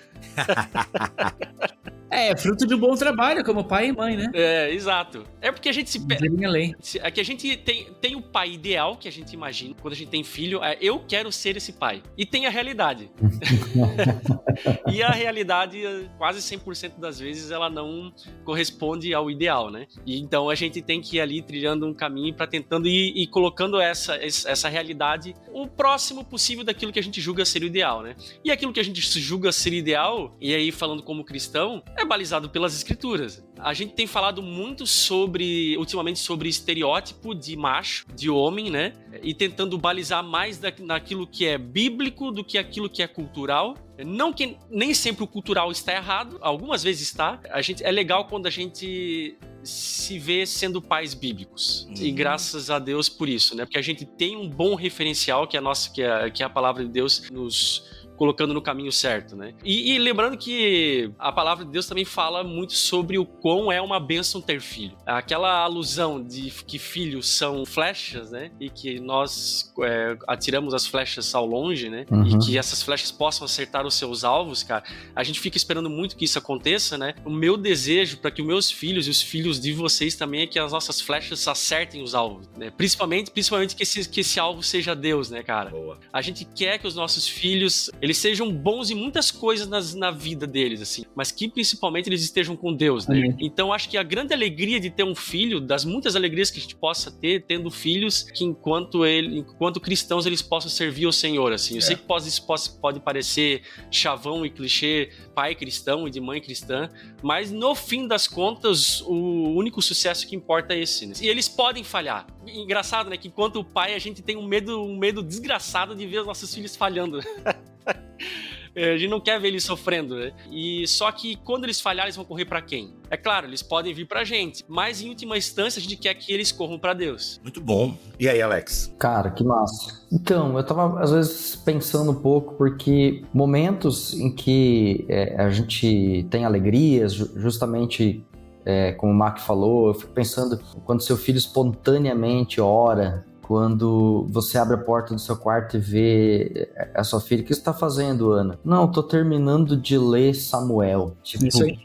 É fruto de um bom trabalho, como pai e mãe, né? Exato. É porque a gente se... É que a gente tem o pai ideal que a gente imagina. Quando a gente tem filho, eu quero ser esse pai. E tem a realidade. E a realidade, quase 100% das vezes, ela não corresponde ao ideal, né? E então a gente tem que ir ali trilhando um caminho para tentando ir colocando essa realidade o próximo possível daquilo que a gente julga ser o ideal, né? E aquilo que a gente julga ser ideal, e aí falando como cristão, é balizado pelas escrituras. A gente tem falado muito ultimamente sobre estereótipo de macho, de homem, né? E tentando balizar mais naquilo que é bíblico do que aquilo que é cultural. Não que nem sempre o cultural está errado, algumas vezes está. É legal quando a gente se vê sendo pais bíblicos. E graças a Deus por isso, né? Porque a gente tem um bom referencial que é a palavra de Deus nos colocando no caminho certo, né? E lembrando que a palavra de Deus também fala muito sobre o quão é uma bênção ter filho. Aquela alusão de que filhos são flechas, né? E que nós atiramos as flechas ao longe, né? E que essas flechas possam acertar os seus alvos, cara. A gente fica esperando muito que isso aconteça, né? O meu desejo para que os meus filhos e os filhos de vocês também é que as nossas flechas acertem os alvos, né? Principalmente que esse alvo seja Deus, né, cara? Boa. A gente quer que os nossos filhos eles sejam bons em muitas coisas na vida deles, assim, mas que principalmente eles estejam com Deus, né? Amém. Então acho que a grande alegria de ter um filho, das muitas alegrias que a gente possa ter tendo filhos, que enquanto cristãos eles possam servir ao Senhor, assim. Eu sei que pode parecer chavão e clichê, pai cristão e de mãe cristã, mas no fim das contas o único sucesso que importa é esse, né? E eles podem falhar. Engraçado, né? Que enquanto pai a gente tem um medo desgraçado de ver os nossos filhos falhando. A gente não quer ver eles sofrendo, né? E só que quando eles falharem, eles vão correr pra quem? É claro, eles podem vir pra gente, mas em última instância a gente quer que eles corram pra Deus. Muito bom. E aí, Alex? Cara, que massa. Então, eu tava às vezes pensando um pouco, porque momentos em que a gente tem alegrias, justamente como o Mark falou, eu fico pensando quando seu filho espontaneamente ora, quando você abre a porta do seu quarto e vê a sua filha, o que você tá fazendo, Ana? Não, tô terminando de ler Samuel. Tipo, Isso aí.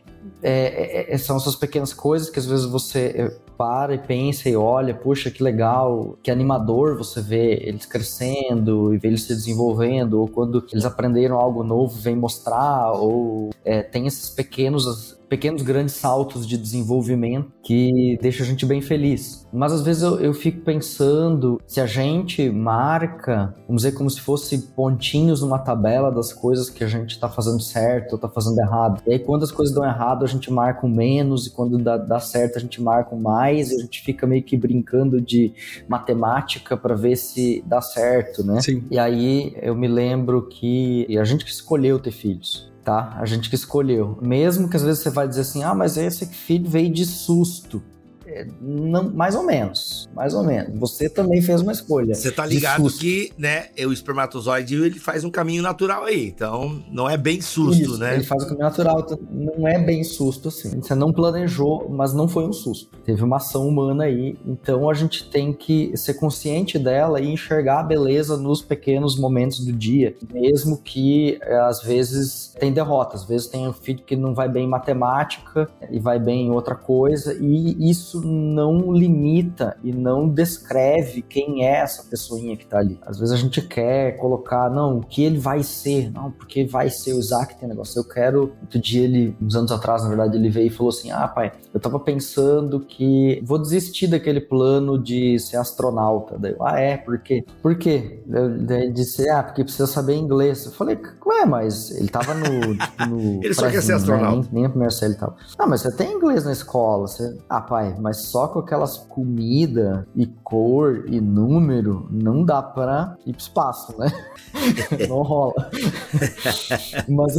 São essas pequenas coisas que às vezes você para e pensa e olha, puxa, que legal, que animador você vê eles crescendo e vê eles se desenvolvendo, ou quando eles aprenderam algo novo, vem mostrar, ou tem esses pequenos grandes saltos de desenvolvimento que deixa a gente bem feliz. Mas às vezes eu fico pensando, se a gente marca, vamos dizer, como se fosse pontinhos numa tabela das coisas que a gente tá fazendo certo ou tá fazendo errado. E aí quando as coisas dão errado, a gente marca um menos, e quando dá certo, a gente marca um mais, e a gente fica meio que brincando de matemática para ver se dá certo, né? Sim. E aí eu me lembro que a gente que escolheu ter filhos. Tá? A gente que escolheu. Mesmo que às vezes você vai dizer assim, mas esse filho veio de susto. Não, mais ou menos. Você também fez uma escolha. Você tá ligado que, né, o espermatozoide, ele faz um caminho natural aí. Então, não é bem susto, isso, né? Ele faz um caminho natural. Então, não é bem susto, assim. Você não planejou, mas não foi um susto. Teve uma ação humana aí. Então, a gente tem que ser consciente dela e enxergar a beleza nos pequenos momentos do dia. Mesmo que, às vezes, tem derrota. Às vezes tem um filho que não vai bem em matemática e vai bem em outra coisa. E isso não limita e não descreve quem é essa pessoinha que tá ali. Às vezes a gente quer colocar, não, o que ele vai ser, não, porque vai ser o Isaac tem negócio. Eu quero, outro dia uns anos atrás, na verdade, ele veio e falou assim, pai, eu tava pensando que vou desistir daquele plano de ser astronauta. Daí eu, por quê? Por quê? Daí ele disse, porque precisa saber inglês. Eu falei, mas ele tava no ele só quer ser astronauta. Né? Nem a primeira série e tal. Mas você tem inglês na escola. Pai, mas só com aquelas comida e cor e número não dá pra ir pro espaço, né? Não rola. Mas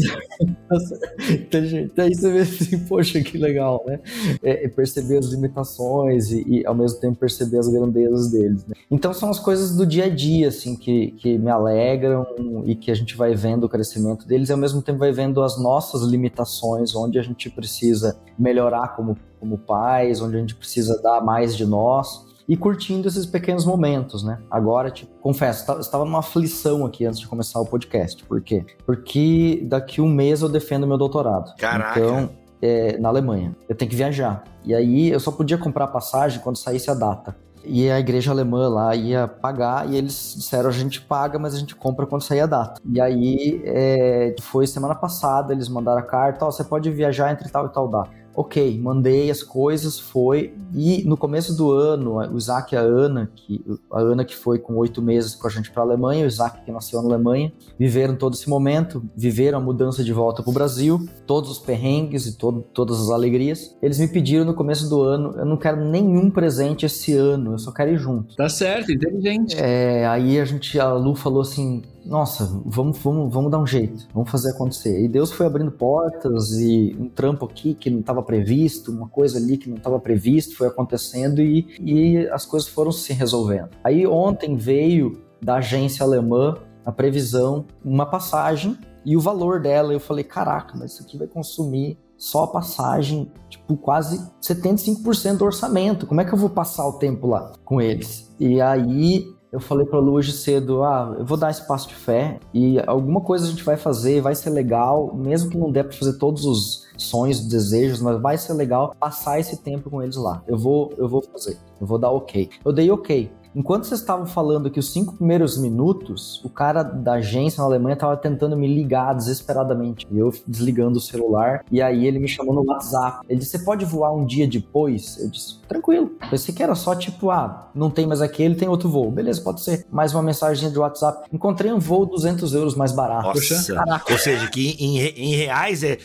aí você vê assim, poxa, que legal, né? Perceber as limitações e ao mesmo tempo perceber as grandezas deles, né? Então são as coisas do dia a dia, assim, que me alegram e que a gente vai vendo o crescimento deles e ao mesmo tempo vai vendo as nossas limitações, onde a gente precisa melhorar como pais, onde a gente precisa dar mais de nós e curtindo esses pequenos momentos, né? Agora, confesso, eu estava numa aflição aqui antes de começar o podcast. Por quê? Porque daqui um mês eu defendo meu doutorado. Caraca! Então, na Alemanha. Eu tenho que viajar. E aí, eu só podia comprar passagem quando saísse a data. E a igreja alemã lá ia pagar, e eles disseram, a gente paga, mas a gente compra quando sair a data. E aí, foi semana passada, eles mandaram a carta, você pode viajar entre tal e tal data. Ok, mandei as coisas, foi, e no começo do ano, o Isaac e a Ana que foi com 8 meses com a gente para a Alemanha, o Isaac que nasceu na Alemanha, viveram todo esse momento, viveram a mudança de volta para o Brasil, todos os perrengues e todas as alegrias. Eles me pediram no começo do ano, eu não quero nenhum presente esse ano, eu só quero ir junto. Tá certo, inteligente. Aí a Lu falou assim, nossa, vamos dar um jeito, vamos fazer acontecer. E Deus foi abrindo portas e um trampo aqui que não estava previsto, uma coisa ali que não estava previsto, foi acontecendo e as coisas foram se resolvendo. Aí ontem veio da agência alemã a previsão, uma passagem e o valor dela. Eu falei, caraca, mas isso aqui vai consumir só a passagem, quase 75% do orçamento. Como é que eu vou passar o tempo lá com eles? E aí eu falei pra Lu hoje cedo, eu vou dar espaço de fé e alguma coisa a gente vai fazer, vai ser legal, mesmo que não der pra fazer todos os sonhos, desejos, mas vai ser legal passar esse tempo com eles lá. Eu vou fazer, eu vou dar ok. Eu dei ok. Enquanto vocês estavam falando que os 5 primeiros minutos, o cara da agência na Alemanha estava tentando me ligar desesperadamente. E eu desligando o celular, e aí ele me chamou no WhatsApp. Ele disse, você pode voar um dia depois? Eu disse, tranquilo. Pensei que era só não tem mais aquele, tem outro voo. Beleza, pode ser. Mais uma mensagem de WhatsApp. Encontrei um voo 200 euros mais barato. Nossa, caraca. Ou seja, que em reais é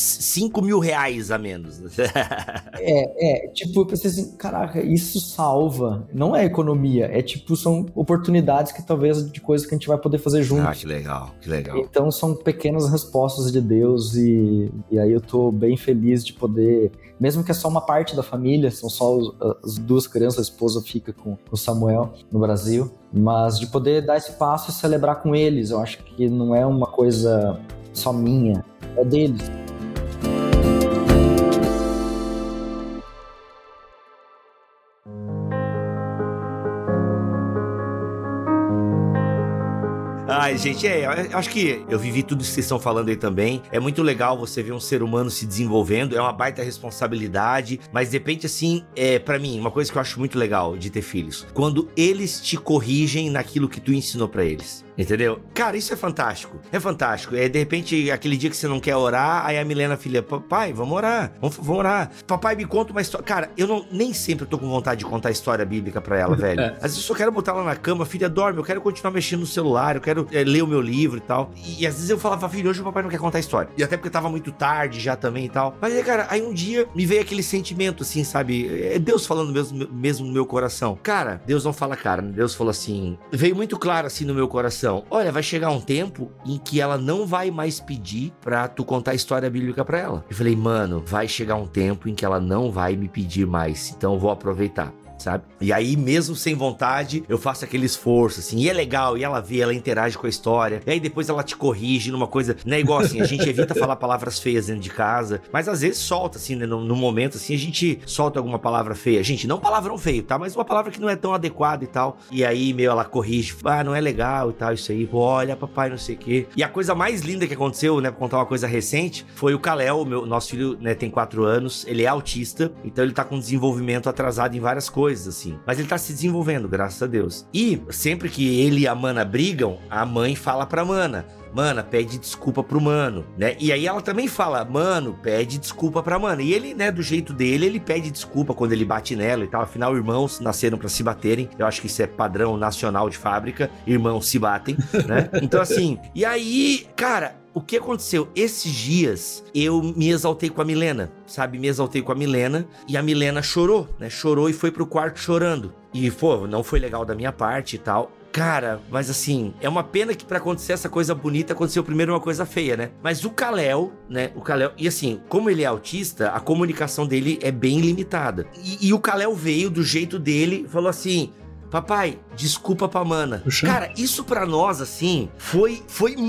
5 mil reais a menos. Eu pensei assim, caraca, isso salva. Não é economia, família. São oportunidades que talvez de coisas que a gente vai poder fazer juntos. Ah, que legal, que legal. Então são pequenas respostas de Deus e aí eu tô bem feliz de poder, mesmo que é só uma parte da família, são só as duas crianças, a esposa fica com o Samuel no Brasil, mas de poder dar esse passo e celebrar com eles. Eu acho que não é uma coisa só minha, é deles. Ai, gente, eu acho que eu vivi tudo isso que vocês estão falando aí também. É muito legal você ver um ser humano se desenvolvendo, é uma baita responsabilidade, mas de repente, assim, pra mim, uma coisa que eu acho muito legal de ter filhos, quando eles te corrigem naquilo que tu ensinou pra eles. Entendeu? Cara, isso é fantástico. É fantástico. De repente, aquele dia que você não quer orar, aí a Milena, filha, papai, vamos orar. Vamos orar. Papai, me conta uma história. Cara, nem sempre eu tô com vontade de contar história bíblica pra ela, velho. Às vezes eu só quero botar ela na cama, filha, dorme, eu quero continuar mexendo no celular, eu quero ler o meu livro e tal. E às vezes eu falava, filho, hoje o papai não quer contar história. E até porque tava muito tarde já também e tal. Mas aí, cara, aí um dia me veio aquele sentimento, assim, sabe? É Deus falando mesmo no meu coração. Cara, Deus não fala cara, Deus falou assim, veio muito claro assim no meu coração. Olha, vai chegar um tempo em que ela não vai mais pedir pra tu contar a história bíblica pra ela. Eu falei, mano, vai chegar um tempo em que ela não vai me pedir mais, então eu vou aproveitar. Sabe? E aí, mesmo sem vontade, eu faço aquele esforço, assim, e é legal, e ela vê, ela interage com a história, e aí depois ela te corrige numa coisa, não é igual assim, a gente evita falar palavras feias dentro de casa, mas às vezes solta, assim, né, no momento, assim, a gente solta alguma palavra feia, gente, não palavrão feio, tá, mas uma palavra que não é tão adequada e tal, e aí, ela corrige, não é legal e tal, isso aí, olha, papai, não sei o quê, e a coisa mais linda que aconteceu, né, pra contar uma coisa recente, foi o Kalel, nosso filho, né, tem 4 anos, ele é autista, então ele tá com desenvolvimento atrasado em várias coisas, assim. Mas ele tá se desenvolvendo, graças a Deus. E sempre que ele e a Mana brigam, a mãe fala pra Mana, pede desculpa pro Mano, né? E aí ela também fala, Mano, pede desculpa pra Mana. E ele, né, do jeito dele, ele pede desculpa quando ele bate nela e tal. Afinal, irmãos nasceram pra se baterem. Eu acho que isso é padrão nacional de fábrica. Irmãos se batem, né? Então, assim, e aí, cara, o que aconteceu? Esses dias eu me exaltei com a Milena, sabe? Me exaltei com a Milena e a Milena chorou, né? Chorou e foi pro quarto chorando. E, não foi legal da minha parte e tal. Cara, mas assim, é uma pena que pra acontecer essa coisa bonita, aconteceu primeiro uma coisa feia, né? Mas o Kalel, e assim, como ele é autista, a comunicação dele é bem limitada. E o Kalel veio do jeito dele, falou assim, papai, desculpa pra Mana. Puxa. Cara, isso pra nós, assim, foi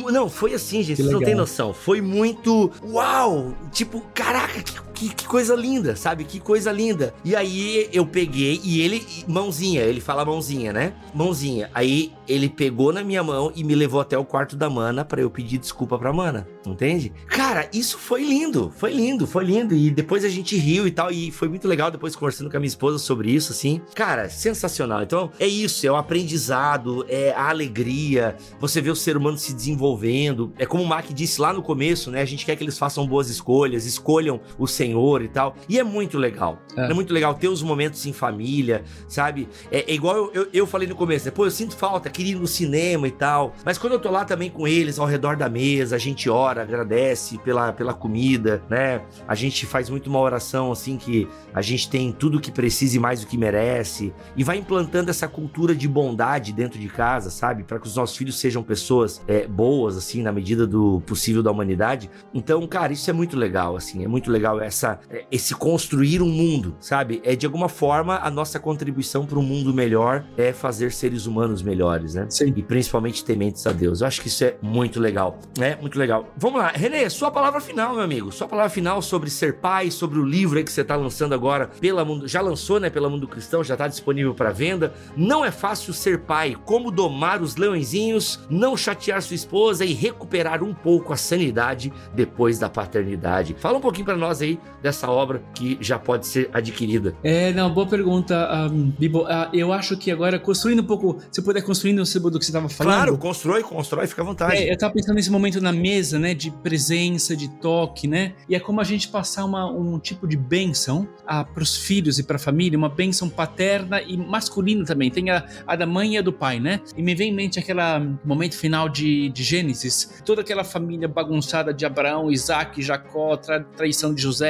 assim, gente, vocês não tem noção. Foi muito, uau, tipo, caraca, que coisa linda, sabe? Que coisa linda. E aí eu peguei e ele, mãozinha, ele fala mãozinha, né? Mãozinha. Aí ele pegou na minha mão e me levou até o quarto da Mana pra eu pedir desculpa pra Mana, entende? Cara, isso foi lindo. E depois a gente riu e tal, e foi muito legal depois conversando com a minha esposa sobre isso, assim. Cara, sensacional. Então, é isso, é o aprendizado, é a alegria, você vê o ser humano se desenvolvendo. É como o Mac disse lá no começo, né? A gente quer que eles façam boas escolhas, escolham o Senhor e tal. E é muito legal. É muito legal ter os momentos em família, sabe? É igual eu falei no começo, né? Pô, eu sinto falta, queria ir no cinema e tal. Mas quando eu tô lá também com eles, ao redor da mesa, a gente ora, agradece pela comida, né? A gente faz muito uma oração, assim, que a gente tem tudo o que precisa e mais do que merece. E vai implantando essa cultura de bondade dentro de casa, sabe? Para que os nossos filhos sejam pessoas boas, assim, na medida do possível da humanidade. Então, cara, isso é muito legal, assim. É muito legal esse construir um mundo, sabe? De alguma forma, a nossa contribuição para um mundo melhor é fazer seres humanos melhores, né? Sim. E principalmente tementes a Deus. Eu acho que isso é muito legal, né? Muito legal. Vamos lá, Renê, sua palavra final, meu amigo. Sua palavra final sobre ser pai, sobre o livro aí que você tá lançando agora pela Mundo... Já lançou, né? Pela Mundo Cristão, já tá disponível para venda. Não é fácil ser pai. Como domar os leõezinhos, não chatear sua esposa e recuperar um pouco a sanidade depois da paternidade. Fala um pouquinho para nós aí dessa obra que já pode ser adquirida. Boa pergunta, Bibo. Eu acho que agora, construindo um pouco, se puder construindo em cima do que você estava falando. Claro, constrói, fica à vontade. Eu estava pensando nesse momento na mesa, né, de presença, de toque, né, e é como a gente passar um tipo de bênção para os filhos e para a família, uma bênção paterna e masculina também. Tem a da mãe e a do pai, né, e me vem em mente aquele momento final de Gênesis, toda aquela família bagunçada de Abraão, Isaac, Jacó, traição de José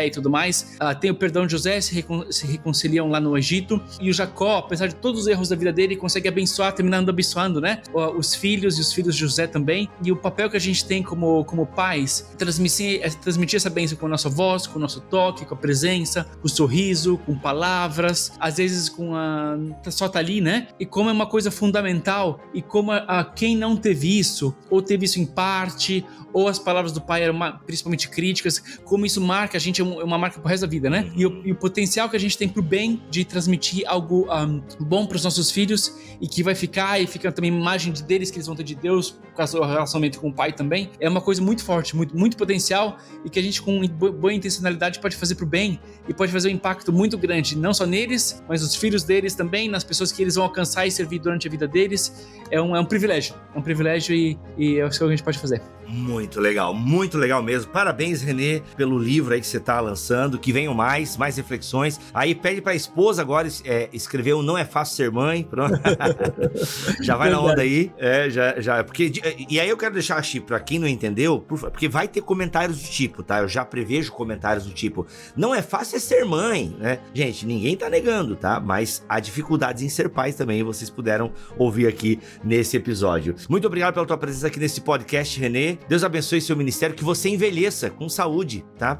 José e tudo mais. Tem o perdão de José, se reconciliam lá no Egito. E o Jacó, apesar de todos os erros da vida dele, consegue abençoar, terminando abençoando, né? Os filhos e os filhos de José também. E o papel que a gente tem como pais é transmitir essa bênção com a nossa voz, com o nosso toque, com a presença, com o sorriso, com palavras, às vezes só tá ali, né? E como é uma coisa fundamental, e como quem não teve isso, ou teve isso em parte, ou as palavras do pai eram principalmente críticas, como isso marca a gente, é uma marca pro resto da vida, né? E o potencial que a gente tem pro bem de transmitir algo bom pros nossos filhos, e que vai ficar, e fica também a imagem deles que eles vão ter de Deus, por causa do relacionamento com o pai também, é uma coisa muito forte, muito, muito potencial, e que a gente com boa intencionalidade pode fazer pro bem, e pode fazer um impacto muito grande, não só neles, mas nos filhos deles também, nas pessoas que eles vão alcançar e servir durante a vida deles. É um privilégio, e é o que a gente pode fazer. Muito legal mesmo. Parabéns, Renê, pelo livro aí que você tá lançando, que venham mais reflexões. Aí pede pra esposa agora escrever o Não é Fácil Ser Mãe, pronto. Já vai na onda aí. E aí eu quero deixar, Chico, pra quem não entendeu, porque vai ter comentários do tipo, tá? Eu já prevejo comentários do tipo, não é fácil ser mãe, né? Gente, ninguém tá negando, tá? Mas há dificuldades em ser pais também, vocês puderam ouvir aqui nesse episódio. Muito obrigado pela tua presença aqui nesse podcast, Renê. Deus abençoe seu ministério, que você envelheça com saúde, tá?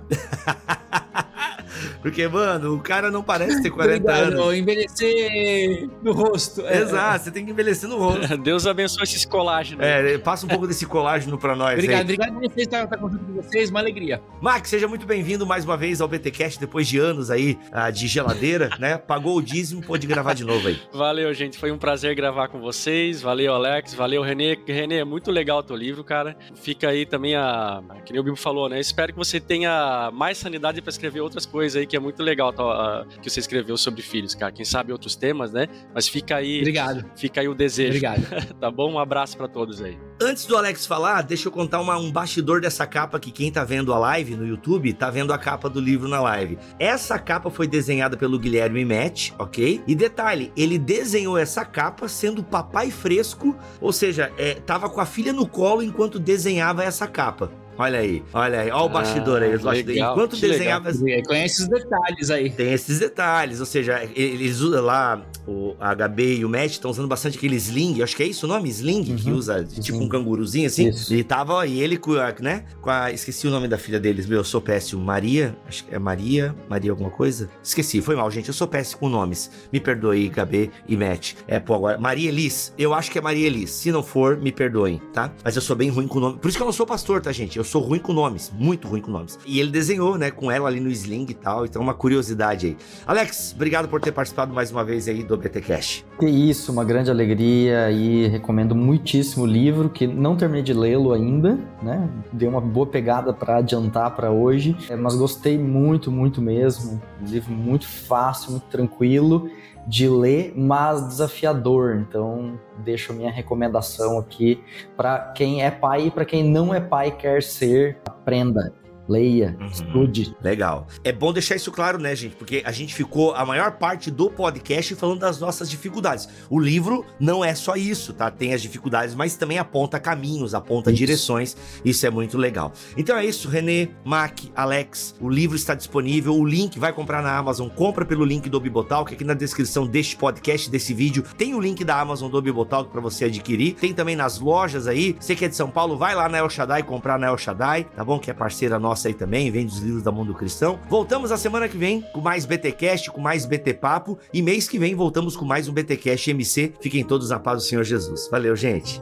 Porque, mano, o cara não parece ter 40 anos. Envelhecer no rosto. Exato, você tem que envelhecer no rosto. Deus abençoe esse colágeno. Passa um pouco desse colágeno pra nós. Obrigado por vocês, estar junto com vocês, uma alegria. Max, seja muito bem-vindo mais uma vez ao BTcast, depois de anos aí de geladeira, né? Pagou o dízimo, pôde gravar de novo aí. Valeu, gente, foi um prazer gravar com vocês. Valeu, Alex, valeu, Renê. Renê, é muito legal o teu livro, cara. Fica aí também que nem o Bibo falou, né? Espero que você tenha mais sanidade pra escrever outras coisas aí, que é muito legal que você escreveu sobre filhos, cara. Quem sabe outros temas, né? Mas fica aí. Obrigado. Fica aí o desejo. Obrigado. Tá bom? Um abraço pra todos aí. Antes do Alex falar, deixa eu contar um bastidor dessa capa, que quem tá vendo a live no YouTube, tá vendo a capa do livro na live. Essa capa foi desenhada pelo Guilherme Matt, ok? E detalhe, ele desenhou essa capa sendo papai fresco, ou seja, tava com a filha no colo enquanto desenhava essa capa. Olha aí, olha o bastidor aí, os bastidores. Enquanto desenhava... Conhece os detalhes aí. Tem esses detalhes, ou seja, eles usam lá, o HB e o Matt estão usando bastante aquele sling, acho que é isso o nome? Sling, que usa tipo um canguruzinho assim. Isso. E ele com esqueci o nome da filha deles, eu sou péssimo, Maria, acho que é Maria alguma coisa? Esqueci, foi mal, gente, eu sou péssimo com nomes. Me perdoe, HB e Matt. Agora, Maria Elis, eu acho que é Maria Elis, se não for, me perdoem, tá? Mas eu sou bem ruim com nome, por isso que eu não sou pastor, tá, gente? Eu sou ruim com nomes, muito ruim com nomes. E ele desenhou, né, com ela ali no sling e tal, então uma curiosidade aí. Alex, obrigado por ter participado mais uma vez aí do BTcast. Que isso, uma grande alegria, e recomendo muitíssimo o livro, que não terminei de lê-lo ainda, né, dei uma boa pegada para adiantar para hoje, mas gostei muito, muito mesmo, um livro muito fácil, muito tranquilo de ler, mas desafiador. Então deixo a minha recomendação aqui para quem é pai e para quem não é pai e quer ser. Aprenda, leia, estude. Legal. É bom deixar isso claro, né, gente? Porque a gente ficou a maior parte do podcast falando das nossas dificuldades. O livro não é só isso, tá? Tem as dificuldades, mas também aponta caminhos, aponta direções. Isso é muito legal. Então é isso, Renê, Mac, Alex, o livro está disponível, o link vai comprar na Amazon, compra pelo link do Bibotalk, aqui na descrição deste podcast, desse vídeo, tem o link da Amazon do Bibotalk para você adquirir, tem também nas lojas aí, você que é de São Paulo, vai lá na El Shaddai comprar na El Shaddai, tá bom? Que é parceira nossa aí também, vende os livros da Mundo Cristão. Voltamos a semana que vem com mais BTcast, com mais BT Papo, e mês que vem voltamos com mais um BTcast MC. Fiquem todos na paz do Senhor Jesus. Valeu, gente!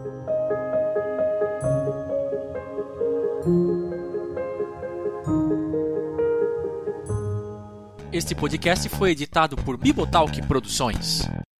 Este podcast foi editado por Bibotalk Produções.